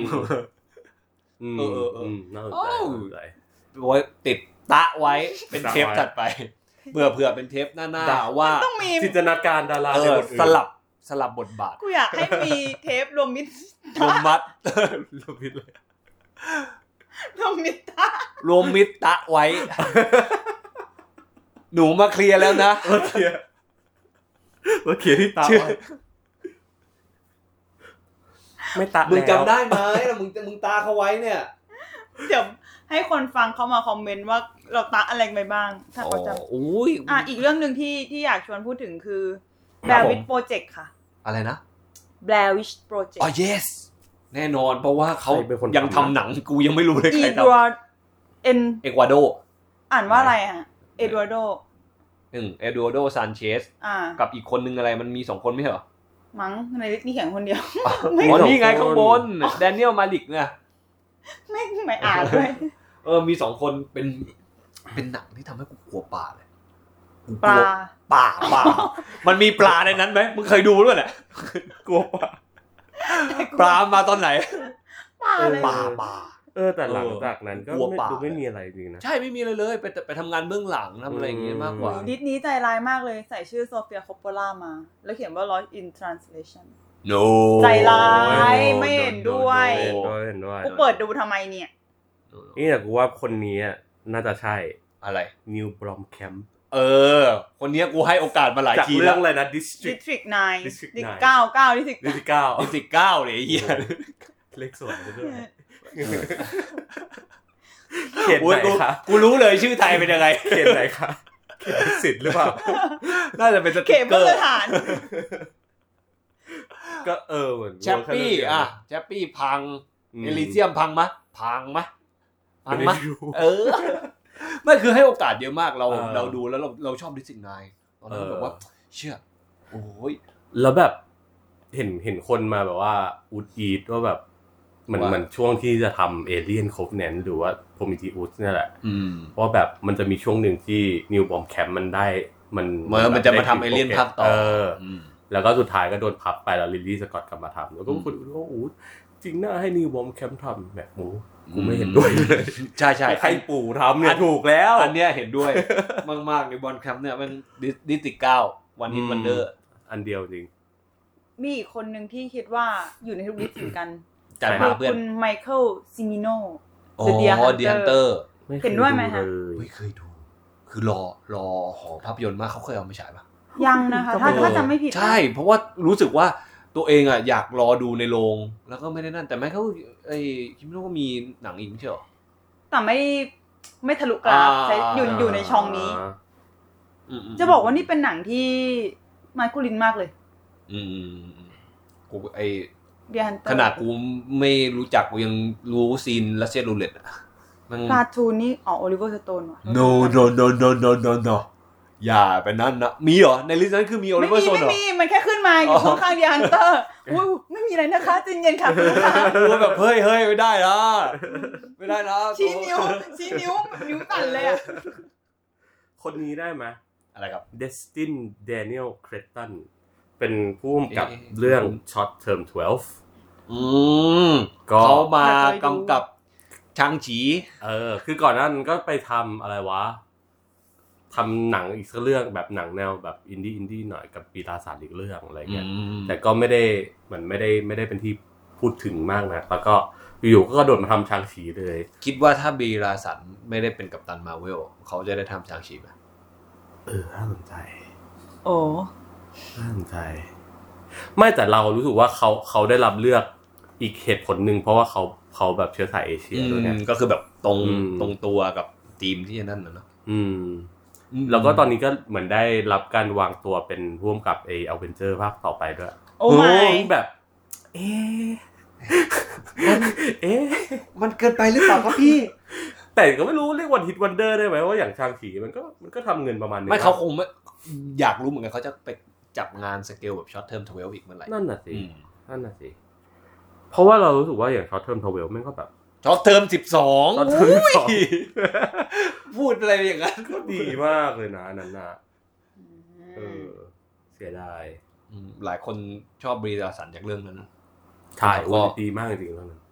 น่าสนใจไว้ติดตะไว้เป็นเทปถัดไปเผื่อเป็นเทปหน้าว่าจินตนาการดาราสลับบทบาทกูอยากให้มีเทปรวมมิตรรวมมัดรวมมิตรเลยรวมมิตรรวมมิตรตะไว้หนูมาเคลียร์แล้วนะมาเคลียร์ที่ตาไม่ตามึงจำได้ไหมแล้วมึงตาเขาไว้เนี่ยเดี๋ยวให้คนฟังเขามาคอมเมนต์ว่าเราตาอะไรไปบ้างถ้าเขาจำอีกเรื่องนึงที่อยากชวนพูดถึงคือ Blair Witch Project ค่ะอะไรนะ Blair Witch Project yes แน่นอนเพราะว่าเขายังทำหนังกูยังไม่รู้เลยใครทำเอกวาโดอ่านว่าอะไรอ่ะเอ็ดวาร์โดเอ็ดวาร์โดซานเชสกับอีกคนนึงอะไรมันมี2คนไม่ใช่เหรอมั้งในลิสต์นี่แข่งคนเดียวนี่ไงข้างบนแดเนียลมาลิกเนี่ยไม่อ่านด้วยมี2คนเป็นหนังที่ทำให้กูกลัวปลาเลยปลามันมีปลาในนั้นไหมมึงเคยดูด้วยแหละกลัวปลามาตอนไหนปลาแต่หลังจากนั้นก็ไม่มีอะไรจริงนะใช่ไม่มีอะไรเลยไปทำงานเบื้องหลังทำอะไรอย่างเงี้ยมากกว่าดิสนี้ใจร้ายมากเลยใส่ชื่อโซเฟีย คอปโปล่ามาแล้วเขียนว่า Lost in Translation no ใจร้ายไม่เห็นด้วยกูเปิดดูทำไมเนี่ยนี่แต่กูว่าคนนี้น่าจะใช่อะไรนิวบรอมแคมป์คนนี้กูให้โอกาสมาหลายทีแล้วจากเรื่องอะไรนะ District 9 District 9 District 9เลยไอ้เหี้ยเลขสวยด้วยเขียนไหนคะกูรู้เลยชื่อไทยเป็นยังไงเขียนไหนคะเขียนสิทธิ์หรือเปล่าน่าจะเป็นสติ๊กเกอร์มาตรฐานก็เหมือนแชปปี้พังเอลิเซียมพังมะไม่คือให้โอกาสเยอะมากเราดูแล้วเราชอบดิสซิ่งนายตอนนั้นแบบว่าเชื่อโอ้ยแล้วแบบเห็นคนมาแบบว่าอูดอีทว่าแบบมันช่วงที่จะทำเอเลียนโคฟแนนหรือว่าโพมิทีอุสนี่แหละเพราะแบบมันจะมีช่วงหนึ่งที่นิวบอมแคมป์มันจะมาทำเอเลียนภาคต่อแล้วก็สุดท้ายก็โดนพับไปแล้วลิลลี่สกอตกลับมาทำแล้วก็คนว่าอู้จริงน่าให้นิวบอมแคมป์ทำแบบกูไม่เห็นด้วยเลยใช่ใครปู่ทำเนี่ยถูกแล้วอันเนี้ยเห็นด้วยมากๆในบอลแคมป์เนี่ยมันดิสติก9วันฮิตวันเดอร์อันเดียวจริงมีอีกคนนึงที่คิดว่าอยู่ในทุกลิสต์เหมือนกันจัดมาเพื่อนคุณไมเคิลซิมิโน The Hunter เห็นด้วยไหมคะไม่เคยดูคือรอหอภาพยนตร์มากเขาเคยเอามาฉายป่ะยังนะคะถ้าจำไม่ผิดใช่เพราะว่ารู้สึกว่าตัวเองอยากรอดูในโรงแล้วก็ไม่ได้นั่นแต่ไม่เขาคิดว่าก็มีหนังอีกไม่ใช่หรอแต่ไม่ทะลุกราฟอยู่ในช่องนี้จะบอกว่านี่เป็นหนังที่ไมเคิลลินมากเลยกูขนาดกูไม่รู้จักกูยังรู้ซีนรัสเซียรูเล็ตพาทูนนี่โอลิเวอร์สโตนว่ะ no อย่าไปนั่นนะมีเหรอในลิสต์นั้นคือมีโอลิเวอร์สโตนเหรอไม่มีมันแค่ขึ้นมาอยู่ข้างๆ The Hunter ไม่มีอะไรนะคะใจเย็นค่ะคุณค่ะกูแบบเฮ้ยไม่ได้นะชี้นิ้วสั่นเลยอ่ะคนนี้ได้ไหมอะไรครับ Destin Daniel Crettonเป็นผู้กำกับเรื่อง Short Term 12 เขามากำกับชางฉีคือก่อนนั้นก็ไปทำอะไรวะทำหนังอีกสักเรื่องแบบหนังแนวแบบอินดี้หน่อยกับปีตาศาสตร์อีกเรื่องอะไรเงี้ยแต่ก็ไม่ได้เหมือนไม่ได้เป็นที่พูดถึงมากนะแล้วก็อยู่ก็กระโดดมาทำชางฉีเลยคิดว่าถ้าบีราสันไม่ได้เป็นกัปตันมาร์เวลเขาจะได้ทำชางฉีไหมน่าสนใจน่าสนใจไม่แต่เรารู้สึกว่าเขาได้รับเลือกอีกเหตุผลหนึ่งเพราะว่าเขาแบบเชื้อสายเอเชียด้วยเนี่ยก็คือแบบตรงตัวกับทีมที่นั่นนะเนาะแล้วก็ตอนนี้ก็เหมือนได้รับการวางตัวเป็นร่วมกับอเวนเจอร์ภาคต่อไปด้วยโอ้ไม่แบบมันเกินไปหรือเปล่าครับพี่แต่ก็ไม่รู้เรียกวันฮิตวันเดอร์ได้ไหมว่าอย่างชางฉีมันก็ทำเงินประมาณนึงไม่เขาคงไม่อยากรู้เหมือนกันเขาจะไปจับงานสเกลแบบช็อตเทอม12อีกเมื่อไหร่นั่นน่ะสิเพราะว่าเรารู้สึกว่าอย่างช็อตเทอม12มันก็แบบช็อตเทอม12พูดอะไรอย่างนั้นก็ดีมากเลยนะนั่นน่ะเสียดายหลายคนชอบบรีดาสันจากเรื่องนั้นใช่ก็ดีมากจริงๆเรื่องนั้น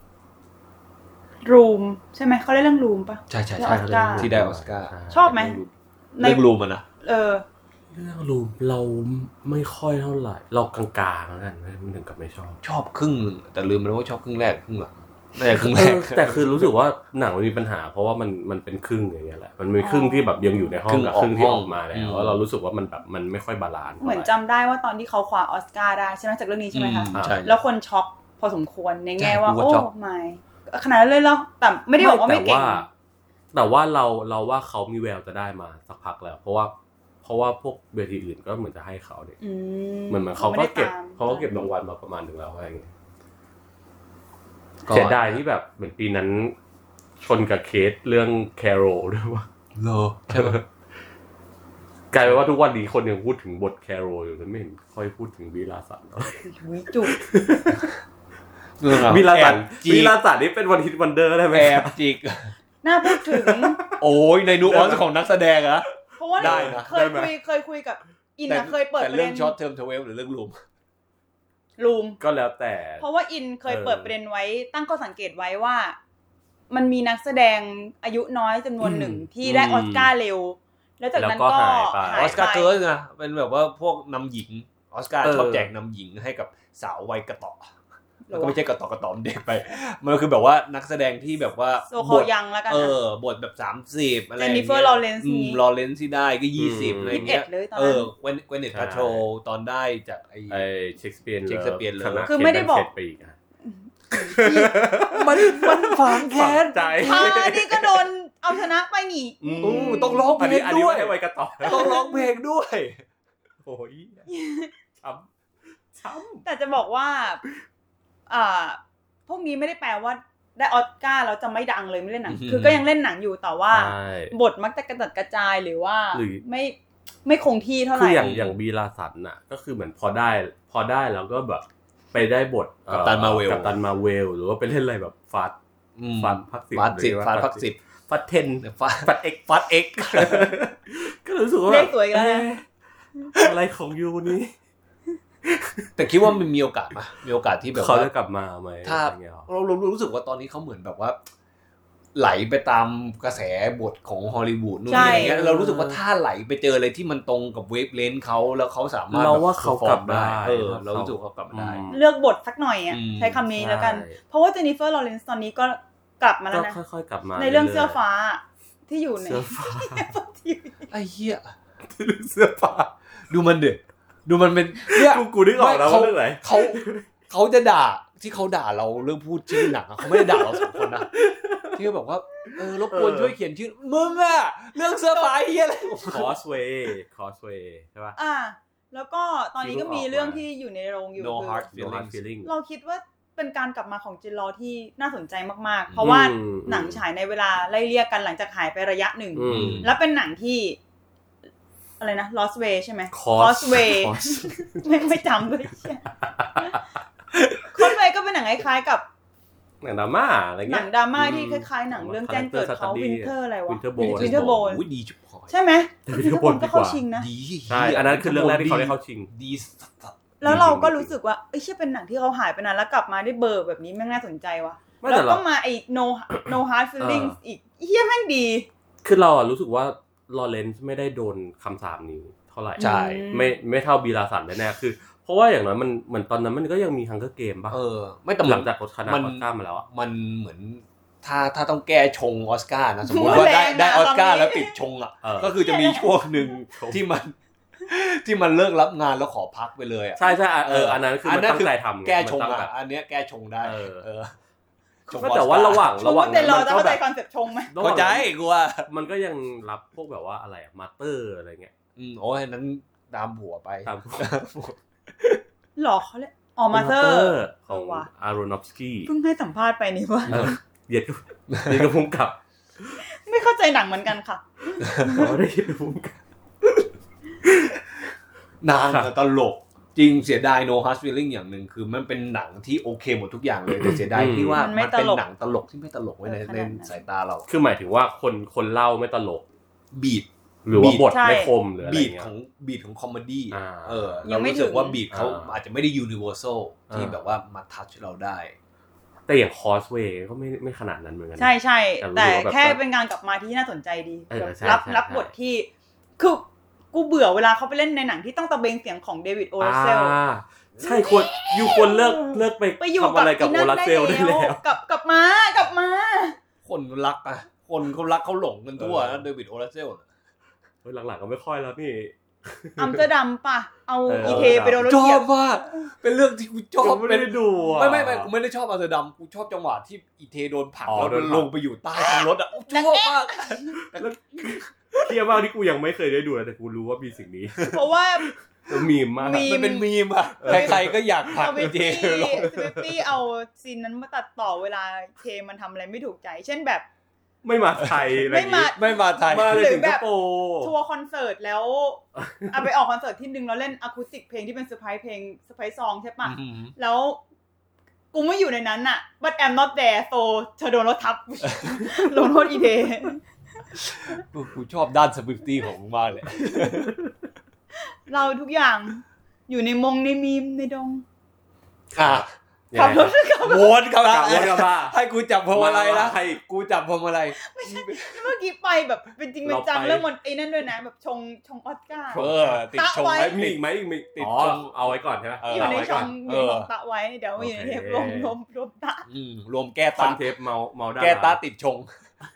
รูมใช่ไหมเขาเล่นเรื่องรูมป่ะใช่ที่ได้ออสการ์ชอบไหมเรื่องรูมอ่ะนะเรื่องรูมเราไม่ค่อยเท่าไหร่เรากลางๆแล้วกันไม่ถึงกับไม่ชอบครึ่งนึงแต่ลืมไปแล้วว่าชอบครึ่งแรกครึ่งหลังน่าจะครึ่งแรกแต่คือรู้สึกว่าหนังมันมีปัญหาเพราะว่ามันเป็นครึ่งอย่างเงี้ยแหละมันมีครึ่งที่แบบยังอยู่ในห้องกับครึ่งที่ออกมาแล้วเรารู้สึกว่ามันแบบมันไม่ค่อยบาลานซ์เหมือนจำได้ว่าตอนที่เขาคว้าออสการ์ได้ใช่ไหมจากเรื่องนี้ใช่ไหมคะแล้วคนช็อกพอสมควรในแง่ว่าโอ้ไม่ขนาดนั้นเลยเหรอแต่ไม่ได้บอกว่าไม่เก่งแต่ว่าเราว่าเขามีแววจะได้มาสักพักแล้วเพราะว่าพวกเวทีอื่นก็เหมือนจะให้เขาเนี่ยเหมือนเขาก็เก็บรางวัลมาประมาณนึงแล้วอะไรอย่างเงี้ยเสียดายที่แบบเหมือนปีนั้นชนกับเคสเรื่องแคโรด้วยว่าใช่ไหมกลายเป็นว่าทุกวันนี้คนยังพูดถึงบทแคโรอยู่แต่ไม่เห็นค่อยพูดถึงวิลาสันวิจุวิลาสันนี่เป็นวันฮิตวันเดอร์ได้ไหมแอบจิกน่าพูดถึงโอ้ยในนูออนซ์ของนักแสดงอะเพราะว่าเคยคุยกับอินนะเคยเปิดประเด็นเรื่องช็อตเทอม12หรือเรื่องรูมก็แล้วแต่เพราะว่าอินเคยเปิดประเด็นไว้ตั้งข้อสังเกตไว้ว่ามันมีนักแสดงอายุน้อยจำนวนหนึ่งที่ได้ออสการ์เร็วแล้วจากนั้นก็หายไปออสการ์เกิร์ลไงเป็นแบบว่าพวกนำหญิงออสการ์ชอบแจกนำหญิงให้กับสาววัยกระต่อแล้วก็ไม่ใช่กระต่อเด็กไปมันคือแบบว่านักแสดงที่แบบว่าบทยังแล้วกันบทแบบ30อะไรเจนนิเฟอร์ลอเรนซ์ลอเรนซ์ที่ได้ก็20อะไรเงี้ยเวนเนตพาโทรตอนได้จากไอ้เชคสเปียร์เลยคือไม่ได้บอกมันฝังแค้นใจนี่ก็โดนเอาชนะไปนี่ต้องร้องเพลงด้วยต้องร้องเพลงด้วยโอ้ยช้ำแต่จะบอกว่าพวกนี้ไม่ได้แปลว่าได้ออสการ์แล้วจะไม่ดังเลยไม่เล่นหนังคือก็ยังเล่นหนังอยู่แต่ว่าบทมักจะกระจัดกระจายหรือว่าไม่คงที่เท่าไหร่คืออย่างบีลาสันน่ะก็คือเหมือนพอได้แล้วก็แบบไปได้บทกัปตันมาเวลหรือว่าไปเล่นอะไรแบบฟาดพัก10 ฟาดพัก10 ฟาด10ฟาด X ก็รู้สึกว่าได้สวยกันนะอะไรของยูนี่แต่คิดว่ามันมีโอกาสที่แบบว่าเขาจะกลับมาไหมถ้าเรารู้สึกว่าตอนนี้เขาเหมือนแบบว่าไหลไปตามกระแสบทของฮอลลีวูดนู่นนี่อย่างเงี้ยเรารู้สึกว่าถ้าไหลไปเจออะไรที่มันตรงกับเวฟเลนส์เขาแล้วเขาสามารถเราว่าเขากลับได้เรารู้สึกเขากลับได้เลือกบทสักหน่อยอ่ะใช้คำนี้แล้วกันเพราะว่าเจนนิเฟอร์ลอเรนซ์ตอนนี้ก็กลับมาแล้วนะค่อยๆกลับมาในเรื่องเสื้อฟ้าที่อยู่ในไอ้เหี้ยเสื้อฟ้าดูมันดิดูมันเป็นเนี่ยกูนึกออกแล้วว่าเรื่องไหนเขาจะด่าที่เขาด่าเราเรื่องพูดชื่อหนังเขาไม่ได้ด่าเราสองคนนะที่เขาบอกว่ารบกวนช่วยเขียนชื่อมึงอะเรื่องเสื้อฟ้าเหี้ยอะไร Causeway ใช่ป่ะแล้วก็ตอนนี้ก็มีเรื่องที่อยู่ในโรงอยู่ No Hard Feeling เราคิดว่าเป็นการกลับมาของจินลอที่น่าสนใจมากๆเพราะว่าหนังฉายในเวลาไล่เลี่ยกันหลังจากหายไประยะหนึ่งแล้วเป็นหนังที่อะไรนะ Lost Way ใช่ไหม Causeway ไม่จำด้วยใช่ Causeway ก็เป็นหนังคล้ายๆกับหนังดราม่าอะไรเงี้ยหนังดราม่าที่คล้ายๆหนังเรื่องแจ้งเกิดเขา Winter อะไรวะ Winterbone ดีจุ๊บหอยใช่ไหม Winterbone ก็เข้าชิงนะใช่อันนั้นคือเรื่องแรกที่เขาได้เข้าชิงดีแล้วเราก็รู้สึกว่าเอ้ยเป็นหนังที่เขาหายไปนานแล้วกลับมาได้เบอร์แบบนี้แม่งน่าสนใจว่ะแล้วก็มาไอ้ No Hard Feelings อีกเหี้ยแม่งดีคือเรารู้สึกว่าลอเรนซ์ไม่ได้โดนคำสาปนี้เท่าไหร่ใช่ไม่เท่าบีลาสันแน่ๆคือเพราะว่าอย่างน้อยมันเหมือนตอนนั้นมันก็ยังมีฮังเกอร์เกมป่ะไม่แต่หลังจากรถคณะออสการ์มาแล้วอ่ะมันเหมือนถ้าต้องแก้ชงออสการ์นะสมมติว่าได้ออสการ์แล้วติดชงอ่ะก็คือจะมีช่วงนึงที่มันเลิกรับงานแล้วขอพักไปเลยอ่ะใช่ๆอันนั้นคือมันตั้งใจทำแก้ชงอ่ะอันเนี้ยแก้ชงได้แต่ว่าระหว่างนั้นเราจะเข้าใจคอนเซ็ปต์ชงมั้ยเข้าใจกูว่ามันก็ยังรับพวกแบบว่าอะไรมาสเตอร์อะไรเงี้ยโอ้ยนั้นตามผัวไปหรอเขาเลยมาเธอร์ของอารอนอฟสกี้เพิ่งให้สัมภาษณ์ไปนี่ว่าเย็ดกับพุ่มกับไม่เข้าใจหนังเหมือนกันค่ะได้ยินพุ่มกับนางตลกจริงเสียดาย No Hard Feeling อย่างนึงคือมันเป็นหนังที่โอเคหมดทุกอย่างเลยแต่เสียดายที่ว่ามันเป็นหนังตลกที่ไม่ตลกไว้ในสายตาเราคือหมายถึงว่าคนเล่าไม่ตลกบีทหรือว่าบทไม่คมหรืออะไรเงี้ยบีทของคอมเมดี้เรารู้สึกว่าบีทเขาอาจจะไม่ได้ universal ที่แบบว่ามาทัชเราได้แต่อย่าง Causeway ก็ไม่ขนาดนั้นเหมือนกันใช่ๆแต่แค่เป็นการกลับมาที่น่าสนใจดีรับบทที่คือกูเบื่อเวลาเขาไปเล่นในหนังที่ต้องตะเบงเสียงของเดวิดโอลาเซลใช่ควรเลิกไปทำอะไรกับโอลาเซลได้แล้วกลับมาคนรักอะคนเขารักเขาหลงกันทั่วนะเดวิดโอลาเซลหลังๆก็ไม่ค่อยแล้วนี่อัมสเตอร์ดัมป่ะเอาอีเทไปโดนรถเหยียบชอบมากเป็นเรื่องที่กูชอบไม่ได้ดูไม่กูไม่ได้ชอบอัมสเตอร์ดัมกูชอบจังหวะที่อีเทโดนผลักแล้วมันลงไปอยู่ใต้ท้องรถอ่ะชอบมากเที่ยมากที่กูยังไม่เคยได้ดูแต่กูรู้ว่ามีสิ่งนี้เพราะว่ามีมมากมันเป็นมีมอ่ะใครๆก็อยากผลักอีเทลงตี้เอาซีนนั้นมาตัดต่อเวลาเทมันทำอะไรไม่ถูกใจเช่นแบบไม่มาไทยอะไรอย่างงี้ไม่มาไทยมาเลยสิงคโปร์ทัวร์คอนเสิร์ตแล้วเอาไปออกคอนเสิร์ตที่นึงแล้วเล่นอะคูสติกเพลงที่เป็นเซอร์ไพรส์เพลงเซอร์ไพรส์ซองใช่ป่ะแล้วกูไม่อยู่ในนั้นน่ะ but I'm not there so เธอโดนรถทับลงโทษอีเทกูชอบด้านสปิริตี้ของมึงมากเลยเราทุกอย่างอยู่ในในมีมในดงขับรถวนกลับมาให้กูจับพวงมาลัยนะให้กูจับพวงมาลัยไม่ใช่เมื่อกี้ไปแบบเป็นจริงเป็นจังเรื่องมันไอ้นั่นด้วยนะแบบชงออสการ์ติดชงไว้มีอีกไหมติดชงเอาไว้ก่อนใช่ไหมอยู่ในชงตะไว้เดี๋ยวอยู่ในเทปรวมตะรวมแก้ตาเทปเมาได้แก้ตาติดชง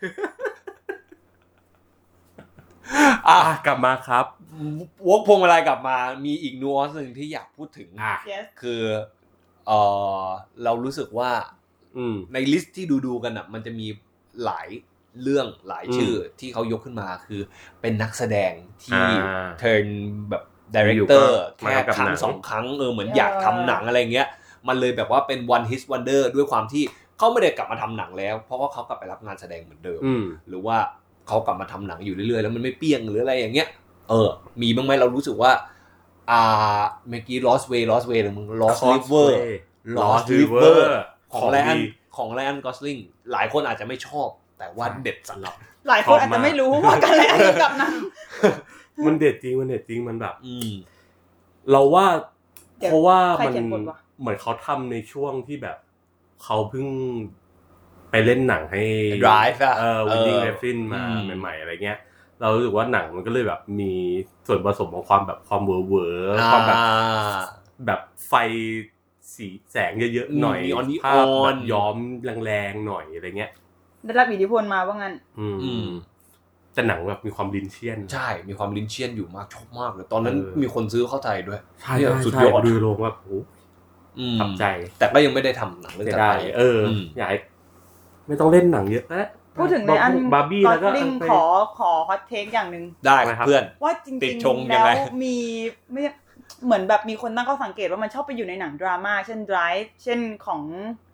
กลับมาครับวกพวงมาลัยกลับมามีอีกนูอันนึงที่อยากพูดถึงคือเรารู้สึกว่าในลิสต์ที่ดูกันอ่ะมันจะมีหลายเรื่องหลายชื่อที่เขายกขึ้นมาคือเป็นนักแสดงที่เทิร์นแบบไดเรคเตอร์แค่ครั้ง2ครั้งเหมือนอยากทำหนังอะไรเงี้ยมันเลยแบบว่าเป็น one hit wonder ด้วยความที่เขาไม่ได้กลับมาทำหนังแล้วเพราะว่าเขากลับไปรับงานแสดงเหมือนเดิมหรือว่าเขากลับมาทำหนังอยู่เรื่อยๆแล้วมันไม่เปี้ยงหรืออะไรอย่างเงี้ยมีบ้างไหมเรารู้สึกว่าเมื่อกี้ Lost Way หรือมึง Lost River ของไลออนกอสลิงหลายคนอาจจะไม่ชอบแต่ว่าเด็ดสำหรับหลายคนอาจจะไม่รู้ว่ากันแล้วกับนั้นมันเด็ดจริงมันแบบเราว่าเพราะว่ามันเหมือนเขาทำในช่วงที่แบบเขาเพิ่งไปเล่นหนังให้ Drive Winning Refn มาใหม่ๆอะไรเงี้ยเรารู้สึกว่าหนังมันก็เลยแบบมีส่วนผสมของความแบบความเวอร์ความแบบไฟสีแสงเยอะๆหน่อยภาพแบบย้อมแรงๆหน่อยอะไรเงี้ยได้รับอิทธิพลมาว่างั้นแต่หนังแบบมีความลินเชียนใช่มีความลินเชียนอยู่มากชอบมากเลยตอนนั้นมีคนซื้อเข้าไทยด้วยใช่สุดยอดดูโรงว่าโอ้ทับใจแต่ก็ยังไม่ได้ทำหนังเรื่องต่อไปอยากไม่ต้องเล่นหนังเยอะแล้วพูดถึงในอันบาร์บี้แล้วก็ขอฮอตเทคอย่างนึงได้เพื่อนว่าจริงๆแล้วมีไม่เหมือนแบบมีคนตั้งข้อสังเกตว่ามันชอบไปอยู่ในหนังดราม่าเช่น Drive เช่นของ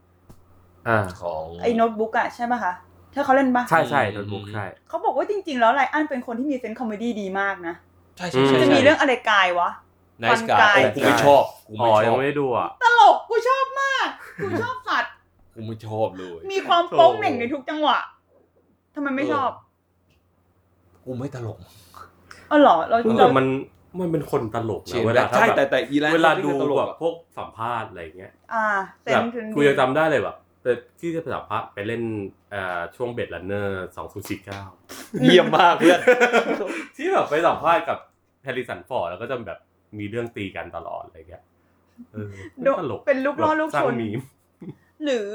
ไอ้โน้ตบุ๊กอ่ะใช่ป่ะคะถ้าเขาเล่นป่ะใช่ๆโน้ตบุ๊กใช่เขาบอกว่าจริงๆแล้วไลอ้อนเป็นคนที่มีเซนส์คอมเมดี้ดีมากนะใช่ๆจะมีเรื่องอะไรกายวะฟันกายกูไม่ชอบยังไม่ดูอ่ะตลกกูชอบมากกูชอบสัตว์กูไม่ชอบเลยมีความโป๊งเหน่งในทุกจังหวะทำไมไม่ชอบกูไม่ตลกเหรอเรามันเป็นคนตลกนะเวลาใช่แต่เวลาดูแบบพวกสัมภาษณ์อะไรอย่างเงี้ยแบบกูยังจำได้เลยแบบแต่ที่จะไปสัมภาษณ์ไปเล่นช่วงเบดรันเนอร์2049 เยี่ยมมากเพื่อนที่แบบไปสัมภาษณ์กับแฮร์ริสันฟอร์ดแล้วก็จะแบบมีเรื่องตีกันตลอดอะไรเงี้ยตลกเป็นลูกล่อลูกชนหรือ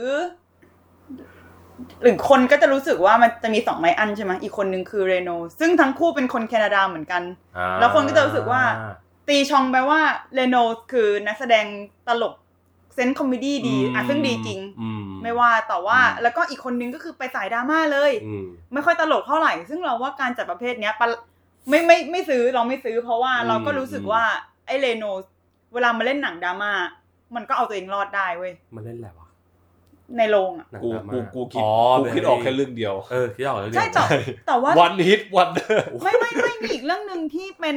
คนก็จะรู้สึกว่ามันจะมี2ไมอันใช่ไหมอีกคนนึงคือเรโนซึ่งทั้งคู่เป็นคนแคนาดาเหมือนกันแล้วคนก็จะรู้สึกว่าตีชองแปลว่าเรโนคือนักแสดงตลกเซนส์คอมเมดี้ดีซึ่งดีจริงไม่ว่าแต่ว่าแล้วก็อีกคนนึงก็คือไปสายดราม่าเลยไม่ค่อยตลกเท่าไหร่ซึ่งเราว่าการจัดประเภทเนี้ยไม่ซื้อเราไม่ซื้อเพราะว่าเราก็รู้สึกว่าไอ้เรโนเวลามาเล่นหนังดราม่ามันก็เอาตัวเองรอดได้เว้ยมันเล่นอะไรวะในโรงอ่ะกูคิดออกแค่เรื่องเดียวคิดออกแล้วใช่แต่ว่า One Hit Wonder ไม่มีอีกเรื่องนึงที่เป็น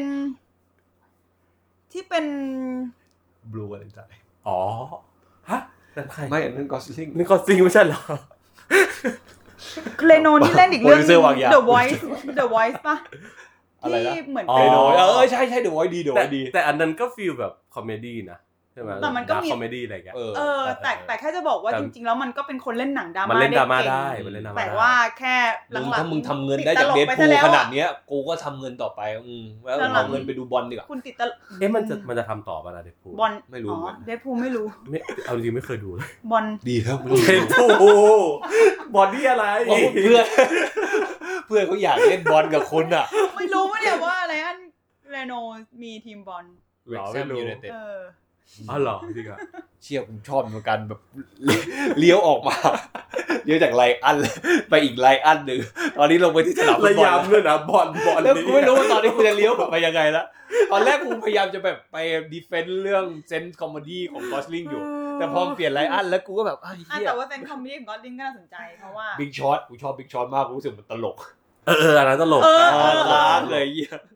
Blue Valentine อ๋อฮะนั่นใครไม่นั่น Gosling นี่ก็ซิงไม่ใช่เหรอเรโนที่เล่นอีกเรื่อง The Voice ป่ะที่เหมือนเป็นใช่ The Voice ดีแต่อันนั้นก็ฟีลแบบคอมเมดี้นะใช่ไหมแต่มันก็มีคอมเมดี้อะไรอย่างเงี้ยแต่แค่จะบอกว่าจริงๆแล้วมันก็เป็นคนเล่นหนังดราม่ามันเล่นดราม่าได้มันเล่นดราม่าแต่ว่าแค่หลังๆถ้ามึงทำเงินได้จากเดดพูลขนาดเนี้ยกูก็ทำเงินต่อไปแล้วเอาเงินไปดูบอลดีกว่าคุณติดมันจะทำต่อป่ะล่ะเดดพูลบอลไม่รู้เดดพูลไม่รู้เอาจริงไม่เคยดูเลยบอลดีครับเดดพูลบอลนี่อะไรเพื่อนเขาอยากเล่นบอลกับคุณอ่ะไม่รู้เนี่ยว่าอะไรอันเรโนมีทีมบอลเวสต์แฮมยูไนเต็ดเหรอจริงอ่ะเชี่ยผมชอบเหมือนกันแบบเลี้ยวออกมาเลี้ยวจากไลอันไปอีกไลอันนึงตอนนี้ลงไปที่สนามฟุตบอลระยำด้วยนะบอลแล้วกูไม่รู้ว่าตอนนี้กูจะเลี้ยวกลับไปยังไงละตอนแรกกูพยายามจะแบบไปดีเฟนส์เรื่องเซนส์คอมเมดี้ของกอสลิงอยู่แต่พอเปลี่ยนไลอันแล้วกูก็แบบแต่ว่าเซนส์คอมเมดี้ของกอสลิงก็น่าสนใจเพราะว่าบิ๊กช็อตกูชอบบิ๊กช็อตมากรู้สึกมันตลกอันนั้นตลกล้าเลย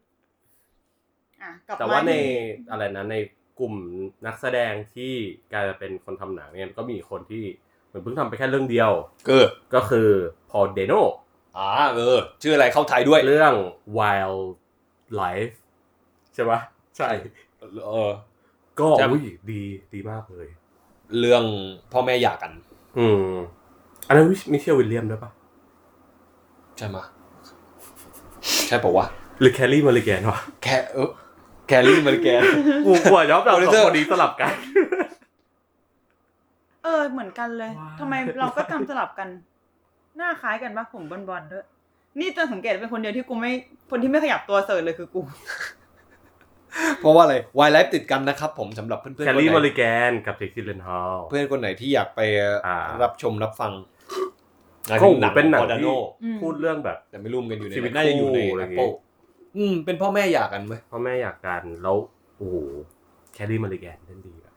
แต่ว่าในอะไรนะในกลุ่มนักแสดงที่กลายเป็นคนทำหนังเนี่ยก็มีคนที่เหมือนเพิ่งทำไปแค่เรื่องเดียวก็คือพอล เดโน่ชื่ออะไรเข้าไทยด้วยเรื่อง Wild Life ใช่ปะใช่ก็ดีมากเลยเรื่องพ่อแม่หย่ากันอันนั้นมิเชลวิลเลียมด้วยปะใช่มั้ยใช่ป่ะวะหรือแคลรี่มาริแกนวะแคลรี่มาริแกนกูกลัวย้อมเราสองคนนี้สลับกันเหมือนกันเลยทำไมเราก็จำสลับกันหน้าคล้ายกันปะผมบอลด้วยนี่จะสังเกตเป็นคนเดียวที่คนที่ไม่ขยับตัวเสิร์ชเลยคือกูเพราะว่าอะไรวายไลฟ์ติดกันนะครับผมสำหรับเพื่อนๆแคลรี่มาริแกนกับเจคซี่เลนฮอลเพื่อนคนไหนที่อยากไปรับชมรับฟังก็เป็นหนังที่พูดเรื่องแบบแต่ไม่รู้กันอยู่ในน่าจะอยู่ใน Apple เป็นพ่อแม่หย่ากันไหมพ่อแม่หย่ากันแล้วโอ้โหแคลรี่มาริแกนเล่นดีแบบ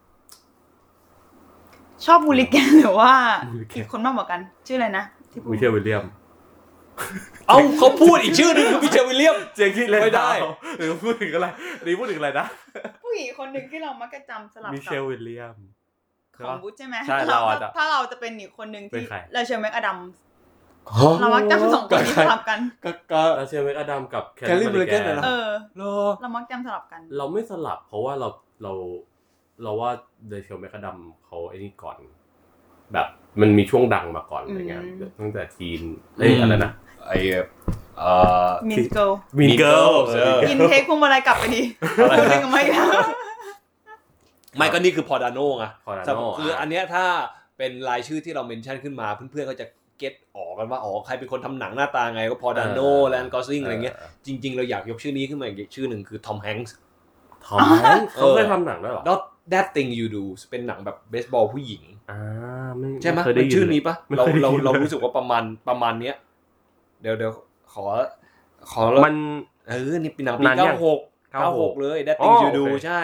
ชอบมูริแกนหรือว่าอีกคนมากกว่ากันชื่ออะไรนะที่มิเชลวิลเลียมเขาพูดอีกชื่อนึงคือมิเชลวิลเลียมเจคิเล่นไม่ได้หรือพูดถึงอะไรนี่พูดถึงอะไรนะผู้หญิงคนนึงที่เรามักจะจำสลับกับมิเชลวิลเลียมของบุ๊ชใช่ไหมใช่เราถ้าเราจะเป็นอีกคนนึงที่เราเชลแม็กอดัมเรามักจำสองคนนี้สลับกันเราเชลแม็กอดัมกับแคลรี่มาริแกนเรามักจำสลับกันเราไม่สลับเพราะว่าเราว่าเดเชลแม็กอดัมเขาไอ้นี่ก่อนแบบมันมีช่วงดังมาก่อนอะไรเงี้ยตั้งแต่ทีนอะไรนะมินเกิลกินเค้กพวงมาลัยกลับไปดีไม่ก็นี่คือพอดาโน่ไงคืออันเนี้ยถ้าเป็นรายชื่อที่เราเมนชั่นขึ้นมาเพื่อนๆก็จะเก็ตออกกันว่าใครเป็นคนทำหนังหน้าตาไงก็พอดาโน่แลนกอสลิงอะไรเงี้ยจริงๆเราอยากยกชื่อนี้ขึ้นมาอีกชื่อหนึ่งคือทอมแฮงค์เขาเคยทำหนังด้วยหรอ That Thing You Do เป็นหนังแบบเบสบอลผู้หญิงใช่ไหมเป็นชื่อนี้ปะเรารู้สึกว่าประมาณเนี้ยเดี๋ยวขอมันนี่เป็นหนังปี96เลย That Thing You Do ใช่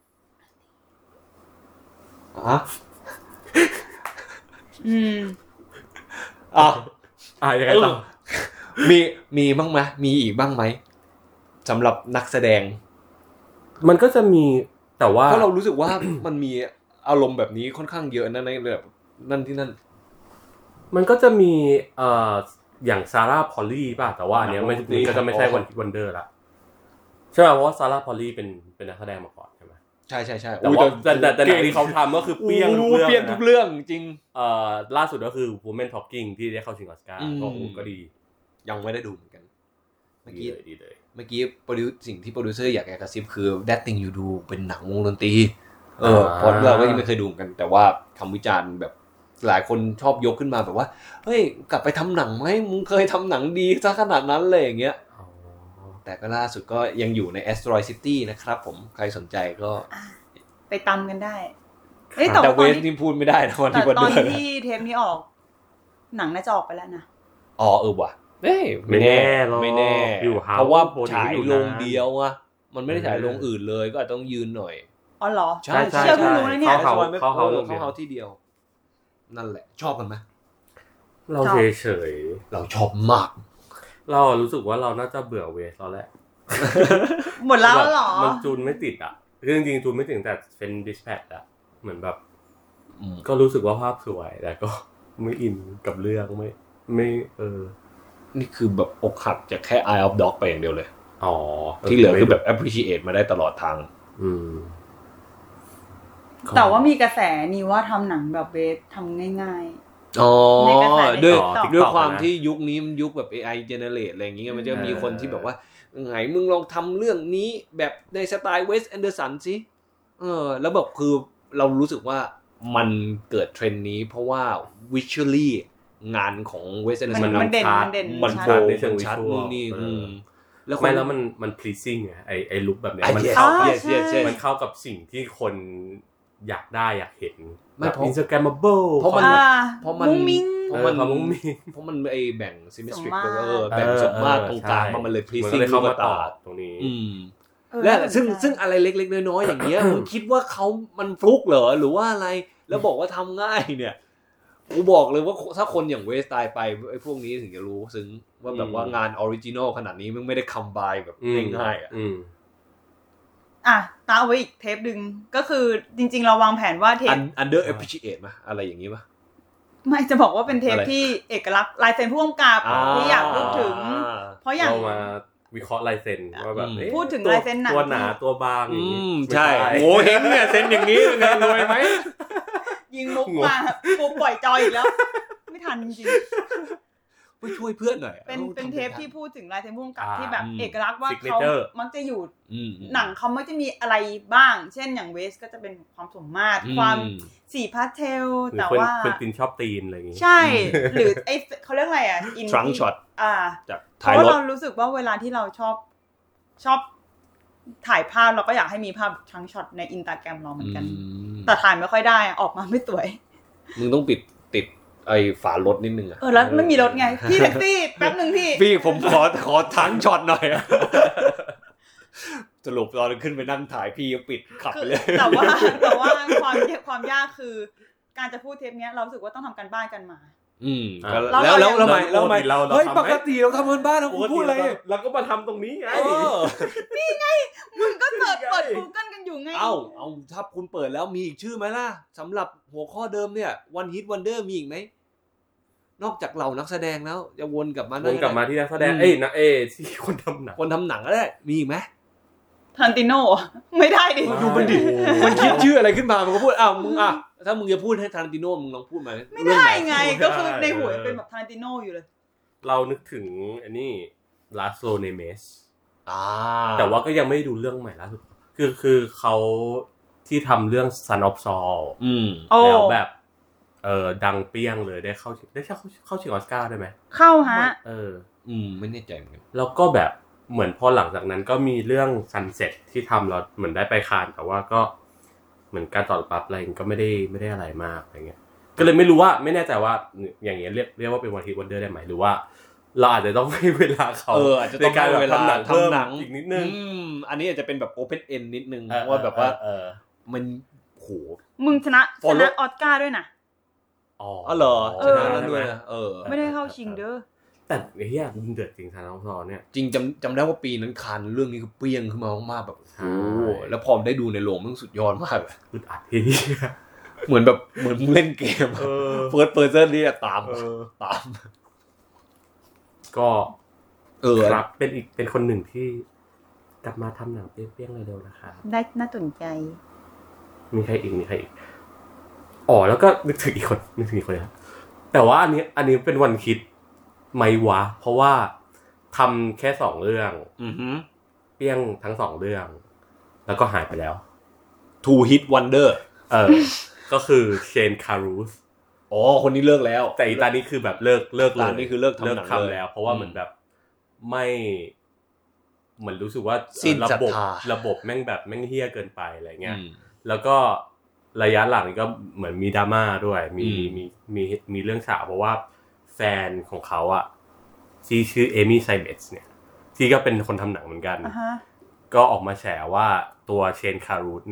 ยังไงต่อมีบ้างไหมมีอีกบ้างไหมสำหรับนักแสดงมันก็จะมีแต่ว่าเพราะเรารู้สึกว่า มันมีอารมณ์แบบนี้ค่อนข้างเยอะนะในแบบนั่นที่นั่นมันก็จะมีอย่างซาร่าพอลลี่ป่ะแต่ว่าอันเนี้ยมันก็จะไม่ใช่วันเดอร์ละใช่ป่ะเพราะว่าซาร่าพอลลี่เป็นนักแสดงมาก่อนใช่ไหมใช่แต่ว่าแต่หนังที่เขาทำก็คือเปรี้ยงทุกเรื่องจริงล่าสุดก็คือ Women Talking ที่ได้เข้าชิงออสการ์ก็ดียังไม่ได้ดูเหมือนกันเมื่อกี้ดีสิ่งที่โปรดิวเซอร์อยากกระซิบคือ That Thing You Do เป็นหนังวงดนตรีพอเราก็ยังไม่เคยดูกันแต่ว่าคำวิจารณ์แบบหลายคนชอบยกขึ้นมาแบบว่าเฮ้ยกลับไปทำหนังไหมมึงเคยทำหนังดีซะขนาดนั้นเลยอย่างเงี้ยแต่ก็ล่าสุดก็ยังอยู่ใน Asteroid City นะครับผมใครสนใจก็ไปตำกันได้แต่เวสนี่พูดไม่ได้นะวันที่ตอนที่เทปนี้ออกหนังน่าจะออกไปแล้วนะว่ะไม่แน่เพราะว่าฉายโรงเดียวอะมันไม่ได้ฉายโรงอื่นเลยก็อาจต้องยืนหน่อยอ๋อเหรอใช่เชื่อเพิ่งรู้นะเนี่ยเข้าเฮาที่เดียวนั่นแหละชอบกันไหมเราเฉยเราชอบมากเรารู้สึกว่าเราน่าจะเบื่อเวสแล้วแหละหมดแล้วเหรอมันจูนไม่ติดอ่ะคือจริงๆจูนไม่ติดแต่เป็นดิสแพทอะเหมือนแบบก็รู้สึกว่าภาพสวยแต่ก็ไม่อินกับเรื่องไม่นี่คือแบบอกหักจากแค่ Eye of Dog ไปอย่างเดียวเลยอ๋อที่เหลือคือแบบ appreciate มาได้ตลอดทางแต่ว่ามีกระแสนี่ว่าทำหนังแบบเบสทำง่ายๆอ๋อในกระแสด้วยความที่ยุคนี้มันยุคแบบ AI generate อะไรอย่างเงี้ยมันจะมีคนที่แบบว่าไงมึงลองทำเรื่องนี้แบบในสไตล์เวสแอนเดอร์สันสิแล้วแบบคือเรารู้สึกว่ามันเกิดเทรนด์นี้เพราะว่า visually งานของเวสแอนเดอร์สันมันเด่นมันโฟล์มันชัดนู่นนี่แล้วไม่แล้วมัน pleasing ไงไอ้ลุคแบบเนี้ยมันเข้ากับสิ่งที่คนอยากได้อยากเห็นแบบ Instagrammable เพราะมันมุ้งมิ้งเพราะมันไอแบ่ง symmetric แบ่งสมมาตรตรงกลางมันเลย pleasing เข้ามาต่อตรงนี้และซึ่งอะไรเล็กๆน้อยๆอย่างเงี้ยมึงคิดว่าเขามันฟลุกเหรอหรือว่าอะไรแล้วบอกว่าทำง่ายเนี่ยกูบอกเลยว่าถ้าคนอย่างเวสตายไปไอ้พวกนี้ถึงจะรู้ซึ้งว่าแบบว่างานออริจินอลขนาดนี้มึงไม่ได้คัมไบน์แบบง่ายๆตาเอาไว้อีกเทปนึงก็คือจริงๆเราวางแผนว่าเทป under appreciate มั้ยอะไรอย่างงี้ป่ะไม่จะบอกว่าเป็นเทปที่เอกลักษณ์ลายเซ็นผู้กำกับที่อยากพูดถึงเพราะอย่างเรามาวิเคราะห์ลายเซ็นว่าแบบพูดถึงลายเซ็นหนังตัวหนาตัวบางอย่างงี้ใช่โง่เฮงเนี่ยเซ็นอย่างงี้เป็นไงรวยมั้ยยิงมุกมากูปล่อยจอยอีกแล้วไม่ทันจริงไปช่วยเพื่อนหน่อยเป็นเทปที่พูดถึงลายเซ็นผู้กำกับที่แบบเอกลักษณ์ว่าเขามักจะอยู่หนังเขามักจะมีอะไรบ้างเช่นอย่างเวสก็จะเป็นความสมมาตรความสีพาสเทลแต่ว่าคนตีนชอบตีนอะไรอย่างงี้ใช่หรือไอเขาเรียกอะไรทรังช็อตจากท้ายรถเพราะเรารู้สึกว่าเวลาที่เราชอบถ่ายภาพเราก็อยากให้มีภาพทรังช็อตใน Instagram เราเหมือนกันแต่ถ่ายไม่ค่อยได้ออกมาไม่สวยมึงต้องติดไอ้ฝารถนิดนึงแล้วไม่มีรถไงพี่แท็กซี่แป๊บนึงพี่ผมขอทั้งช็อตหน่อยสรุปตอนขึ้นไปนั่งถ่ายพี่ก็ปิดขับไปเลยแต่ว่าความยากคือการจะพูดเทปนี้เรารู้สึกว่าต้องทำการบ้านกันมาแล้วทำไมเฮ้ยปกติเราทำกันบ้านเราพูดอะไรเราก็มาทำตรงนี้ไงนี่ไงมึงก็เปิด Google กันอยู่ไงเอาถ้าคุณเปิดแล้วมีอีกชื่อไหมล่ะสำหรับหัวข้อเดิมเนี่ย One Hit Wonder มีอีกไหมนอกจากเหล่านักแสดงแล้วจะวนกลับมาที่นักแสดงที่คนทำหนังก็ได้มีอีกไหมทารันติโน่ไม่ได้ดิดูมันดิมันคิดชื่ออะไรขึ้นมามันก็พูดมึงถ้ามึงจะพูดให้ทารันติโน่มึงลองพูดมาไม่ได้ไงก็คือในหัวเป็นแบบทารันติโน่อยู่เลยเรานึกถึงอันนี้ลาสโลเนเมสแต่ว่าก็ยังไม่ดูเรื่องใหม่ล่าสุดคือเขาที่ทำเรื่อง Son of Saul แล้วแบบดังเปี้ยงเลยได้เข้าชิงออสการ์ได้ไหมเข้าฮะไม่แน่ใจเหมือนกันแล้วก็แบบเหมือนพอหลังจากนั้นก็มีเรื่อง Sunset ที่ทำเราเหมือนได้ไปคานแต่ว่าก็เหมือนการตอบรับอะไรก็ไม่ได้อะไรมากอะไรเงี้ยก็เลยไม่รู้ว่าไม่แน่ใจว่าอย่างเงี้ยเรียกว่าเป็นวันฮิตวันเดอร์ได้ไหมหรือว่าเราอาจจะต้องให้เวลาเขาอาจจะต้องให้เวลาทำหนังอีกนิดนึงอันนี้อาจจะเป็นแบบ open end นิดนึงว่าแบบว่ามันโหมึงชนะออสการ์ด้วยนะอ๋อเหรอชนะแล้วด้วยไม่ได้เข้าชิงเด้อแต่เฮียมันเดือดจริงทางน้องซอเนี่ยจริงจำได้ว่าปีนั้นคานเรื่องนี้คือเปรี้ยงขึ้นมามากแบบโอ้แล้วพอได้ดูในโรงมันสุดยอดมากอึดอัดทีเหมือนเล่นเกมเฟิร์สเพอร์ซันนี่ตามก็ครับเป็นคนหนึ่งที่กลับมาทำหนังเปรี้ยงๆเร็วๆนะคะได้น่าสนใจมีใครอีกแล้วก็นึกถึงอีกคนนะแต่ว่าอันนี้เป็นวันคิดไหมวะเพราะว่าทำแค่2เรื่องเปี้ยงทั้ง2เรื่องแล้วก็หายไปแล้ว Two Hit Wonder ก็คือเชนคารูสคนนี้เลิกแล้วแต่อีตานี้คือแบบเลิกเลยตานี้คือเลิกทำหนังแล้วเพราะว่าเหมือนแบบไม่เหมือนรู้สึกว่าระบบแม่งแบบแม่งเหี้ยเกินไปอะไรเงี้ยแล้วก็ระยะหลังก็เหมือนมีดราม่าด้วยมีเรื่องฉาวเพราะว่าแฟนของเขาอ่ะที่ชื่อเอมี่ไซเมตส์เนี่ยที่ก็เป็นคนทำหนังเหมือนกันก็ออกมาแฉว่าตัวเชนคารูสเนี่ย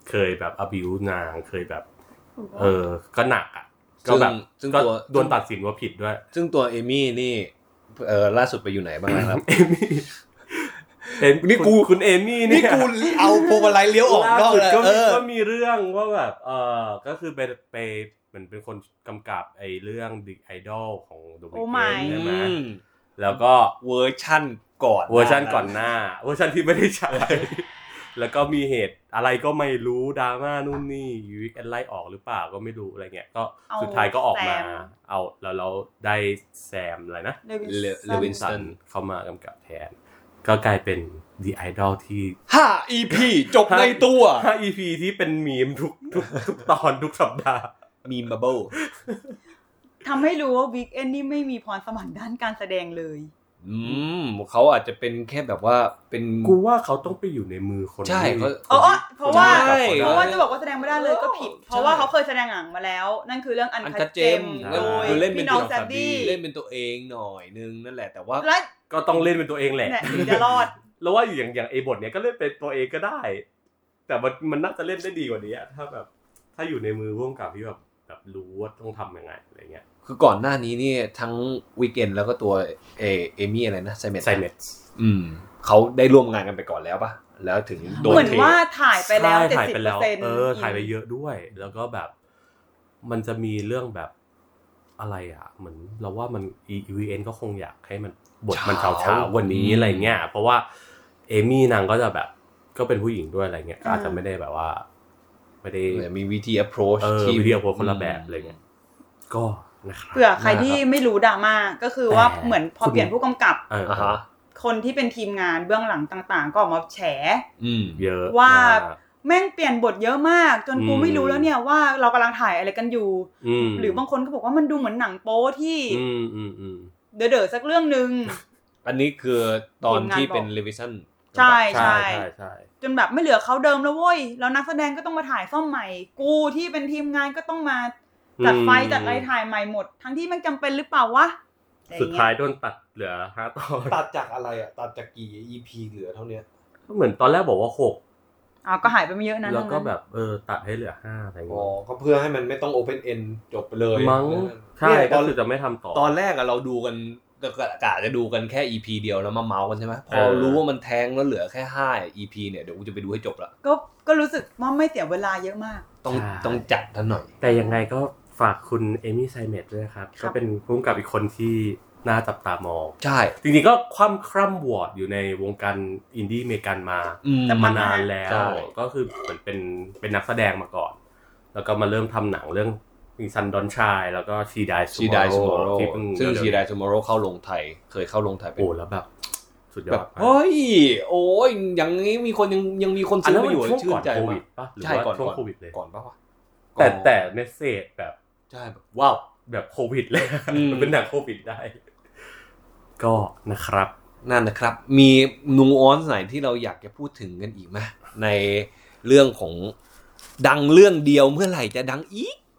เคยแบบ abuse นางเคยแบบก็หนักอ่ะก็แบบก็โดนตัดสินว่าผิดด้วยซึ่งตัวเอมี่นี่ล่าสุดไปอยู่ไหนบ้างครับเอมี่นี่คุณเอมี่นี่กูเอาพวงมาลัยเลี้ยวออกนอกเลยก็มีเรื่องว่าแบบก็คือไปเหมือนเป็นคนกำกับไอ้เรื่อง The Idol ของ The Weeknd ใช่ไหมแล้วก็เวอร์ชั่นก่อนเวอร์ชั่นก่อนหน้าเวอร์ชั่นที่ไม่ได้ใช้แล้วก็มีเหตุอะไรก็ไม่รู้ดราม่านู่นนี่วิกแอนไล่ออกหรือเปล่าก็ไม่รู้อะไรเงี้ยก็สุดท้ายก็ออกมาเอาแล้วเราได้แซมอะไรนะเลวินสันเข้ามากำกับแทนก็กลายเป็น The Idol ที่ 5 EP จบในตัว 5 EP ที่เป็นมีมทุกตอนทุกสัปดาห์มีมเบิลทำให้รู้ว่าวิกเอนนี่ไม่มีพรสวรรค์ด้านการแสดงเลยเขาอาจจะเป็นแค่แบบว่าเป็นกูว่าเขาต้องไปอยู่ในมือคนใช่เพราะว่าจะบอกว่าแสดงไม่ได้เลยก็ผิดเพราะว่าเขาเคยแสดงหนังมาแล้วนั่นคือเรื่องอันคัดเจมโดยพี่น้องแซดดี้เล่นเป็นตัวเองหน่อยนึงนั่นแหละแต่ว่าก็ต้องเล่นเป็นตัวเองแหละถึงจะรอดแล้วว่าอย่างไอ้บทเนี้ยก็เล่นเป็นตัวเองก็ได้แต่มันน่าจะเล่นได้ดีกว่านี้ถ้าอยู่ในมือร่วมกับที่แบบรู้ว่าต้องทำยังไงอะไรเงี้ยคือก่อนหน้านี้นี่ทั้งวีคเอนด์แล้วก็ตัวเอมี่อะไรนะไซเมทเขาได้ร่วมงานกันไปก่อนแล้วป่ะแล้วถึงโดนเหมือนว่าถ่ายไปแล้ว 70% ถ่ายไปเยอะด้วยแล้วก็แบบมันจะมีเรื่องแบบอะไรเหมือนเราว่ามันEVN ก็คงอยากให้มันบทมันเช้าๆวันนี้อะไรเงี้ยเพราะว่าเอมี่นางก็จะแบบก็เป็นผู้หญิงด้วยอะไรเงี้ยก็อาจจะไม่ได้แบบว่าไม่ได้มีวิธี approach ที่วิธี approach คนละแบบอะไรเงี้ยก็นะครับเผื่อใครที่ไม่รู้ดราม่าก็คือว่าเหมือนพอเปลี่ยนผู้กำกับคนที่เป็นทีมงานเบื้องหลังต่างๆก็ออกมาแฉเยอะว่าแม่งเปลี่ยนบทเยอะมากจนกูไม่รู้แล้วเนี่ยว่าเรากำลังถ่ายอะไรกันอยู่หรือบางคนก็บอกว่ามันดูเหมือนหนังโป๊ที่เด๋อๆสักเรื่องนึงอันนี้คือตอนที่เป็นรีวิชั่นใช่จนแบบไม่เหลือเขาเดิมแล้วเว้ยแล้วนักแสดงก็ต้องมาถ่ายซ่อมใหม่กูที่เป็นทีมงานก็ต้องมาจัดไฟจัดอะไรถ่ายใหม่หมดทั้งที่มันจำเป็นหรือเปล่าวะสุดท้ายโดนตัดเหลือ5 ตอนตัดจากอะไรตัดจากกี่ EP เหลือเท่านี้ก็เหมือนตอนแรกบอกว่า6 ก็หายไปไม่เยอะนะแล้วก็แบบตัดให้เหลือ5อะไรอย่างเงี้ยก็เพื่อให้มันไม่ต้อง Open End จบไปเลยมั้งใช่ก็คือจะไม่ทำต่อตอนแรกเราดูกันกะจะดูกันแค่ EP เดียวแล้วมาเมาส์กันใช่ไหมพอรู้ว่ามันแทงแล้วเหลือแค่5 EP เนี่ยเดี๋ยวกูจะไปดูให้จบละก็รู้สึกว่าไม่เสียเวลาเยอะมากต้องจัดท่านหน่อยแต่ยังไงก็ฝากคุณเอมี่ไซเมทด้วยครับก็เป็นผู้กำกับอีกคนที่น่าจับตามองใช่จริงๆก็คร่ำวอร์ดอยู่ในวงการอินดี้อเมริกันมานานแล้วก็คือเหมือนเป็นนักแสดงมาก่อนแล้วก็มาเริ่มทำหนังเรื่องมีซันดอนชายแล้วก็ชีไดทูมอร์โรซึ่งชีไดทูมอร์โรเข้าลงไทยเคยเข้าลงไทยโอ้แล้วแบบสุดยอดเฮ้ยโอ้ยอย่างนี้มีคนยังมีคนซื้อมาอยู่ชื่นใจโควิดป่ะหรือว่าช่วงโควิดเลยก่อนป่ะวะแต่เมสเสจแบบใช่แบบว้าวแบบโควิดเลยมันเป็นหนังโควิดได้ก็นะครับนั่นนะครับมีนูออนซ์ไหนที่เราอยากจะพูดถึงกันอีกไหมในเรื่องของดังเรื่องเดียวเมื่อไหร่จะดังอีก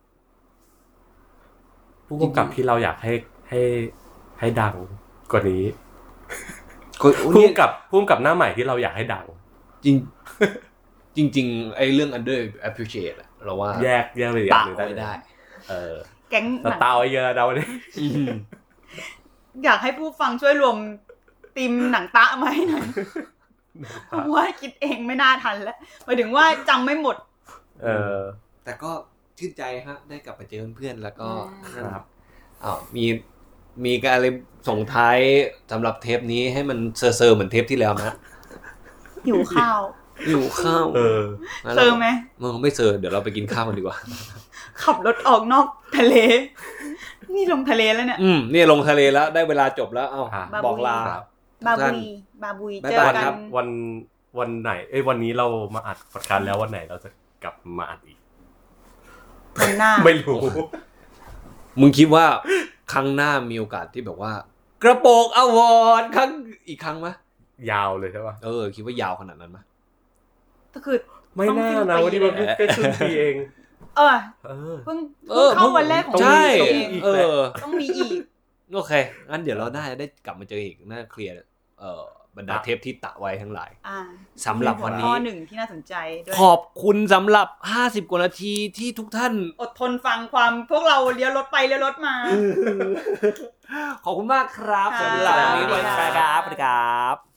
ผู้กำกับที่เราอยากให้ดังกว่านี้ผู้กำกับหน้าใหม่ที่เราอยากให้ดังจริงไอ้เรื่อง under appreciate เราว่าแยกไปอย่างนึงได้แก๊งสตาร์ไว้เยอะเราเนี่ยอยากให้ผู้ฟังช่วยรวมทีมหนังตะมาให้หน่อยเพราะว่าคิดเองไม่น่าทันแล้วหมายถึงว่าจำไม่หมดแต่ก็ชื่นใจฮะได้กลับมาเจอเพื่อนแล้วก็ครับมีการอะไรส่งท้ายสำหรับเทปนี้ให้มันเซอร์เหมือนเทปที่แล้วนะหิวข้าวเซอร์ไหมไม่เซอร์เดี๋ยวเราไปกินข้าวกันดีกว่าขับรถออกนอกทะเลนี่ลงทะเลแล้วเนี่ยนี่ลงทะเลแล้วได้เวลาจบแล้วบอกลาบาบุยเจอกันวันไหนวันนี้เรามาอัดพอดคาสต์แล้ววันไหนเราจะกลับมาอัดอีกวันหน้าไม่รู้มึงคิดว่าครั้งหน้ามีโอกาสที่แบบว่ากระโปรงอวอร์ดครั้งอีกครั้งมั้ยยาวเลยใช่ป่ะคิดว่ายาวขนาดนั้นมั้ยก็คือไม่น่านะวันนี้มันแค่ครึ่งปีเองเพิ่งเข้าวันแรกของใช่ต้องมีอีกโอเคงั้นเดี๋ยวเราได้กลับมาเจออีกน่าเคลียร์บรรดาเทปที่ตะไว้ทั้งหลายอ่าสำหรับวันนี้ข้อหนึ่งที่น่าสนใจด้วยขอบคุณสำหรับ50กว่านาทีที่ทุกท่านอดทนฟังความพวกเราเลี้ยวรถไปเลี้ยวรถมาขอบคุณมากครับค่ะสำหรับวันนี้สวัสดีครับสวัสดีครับ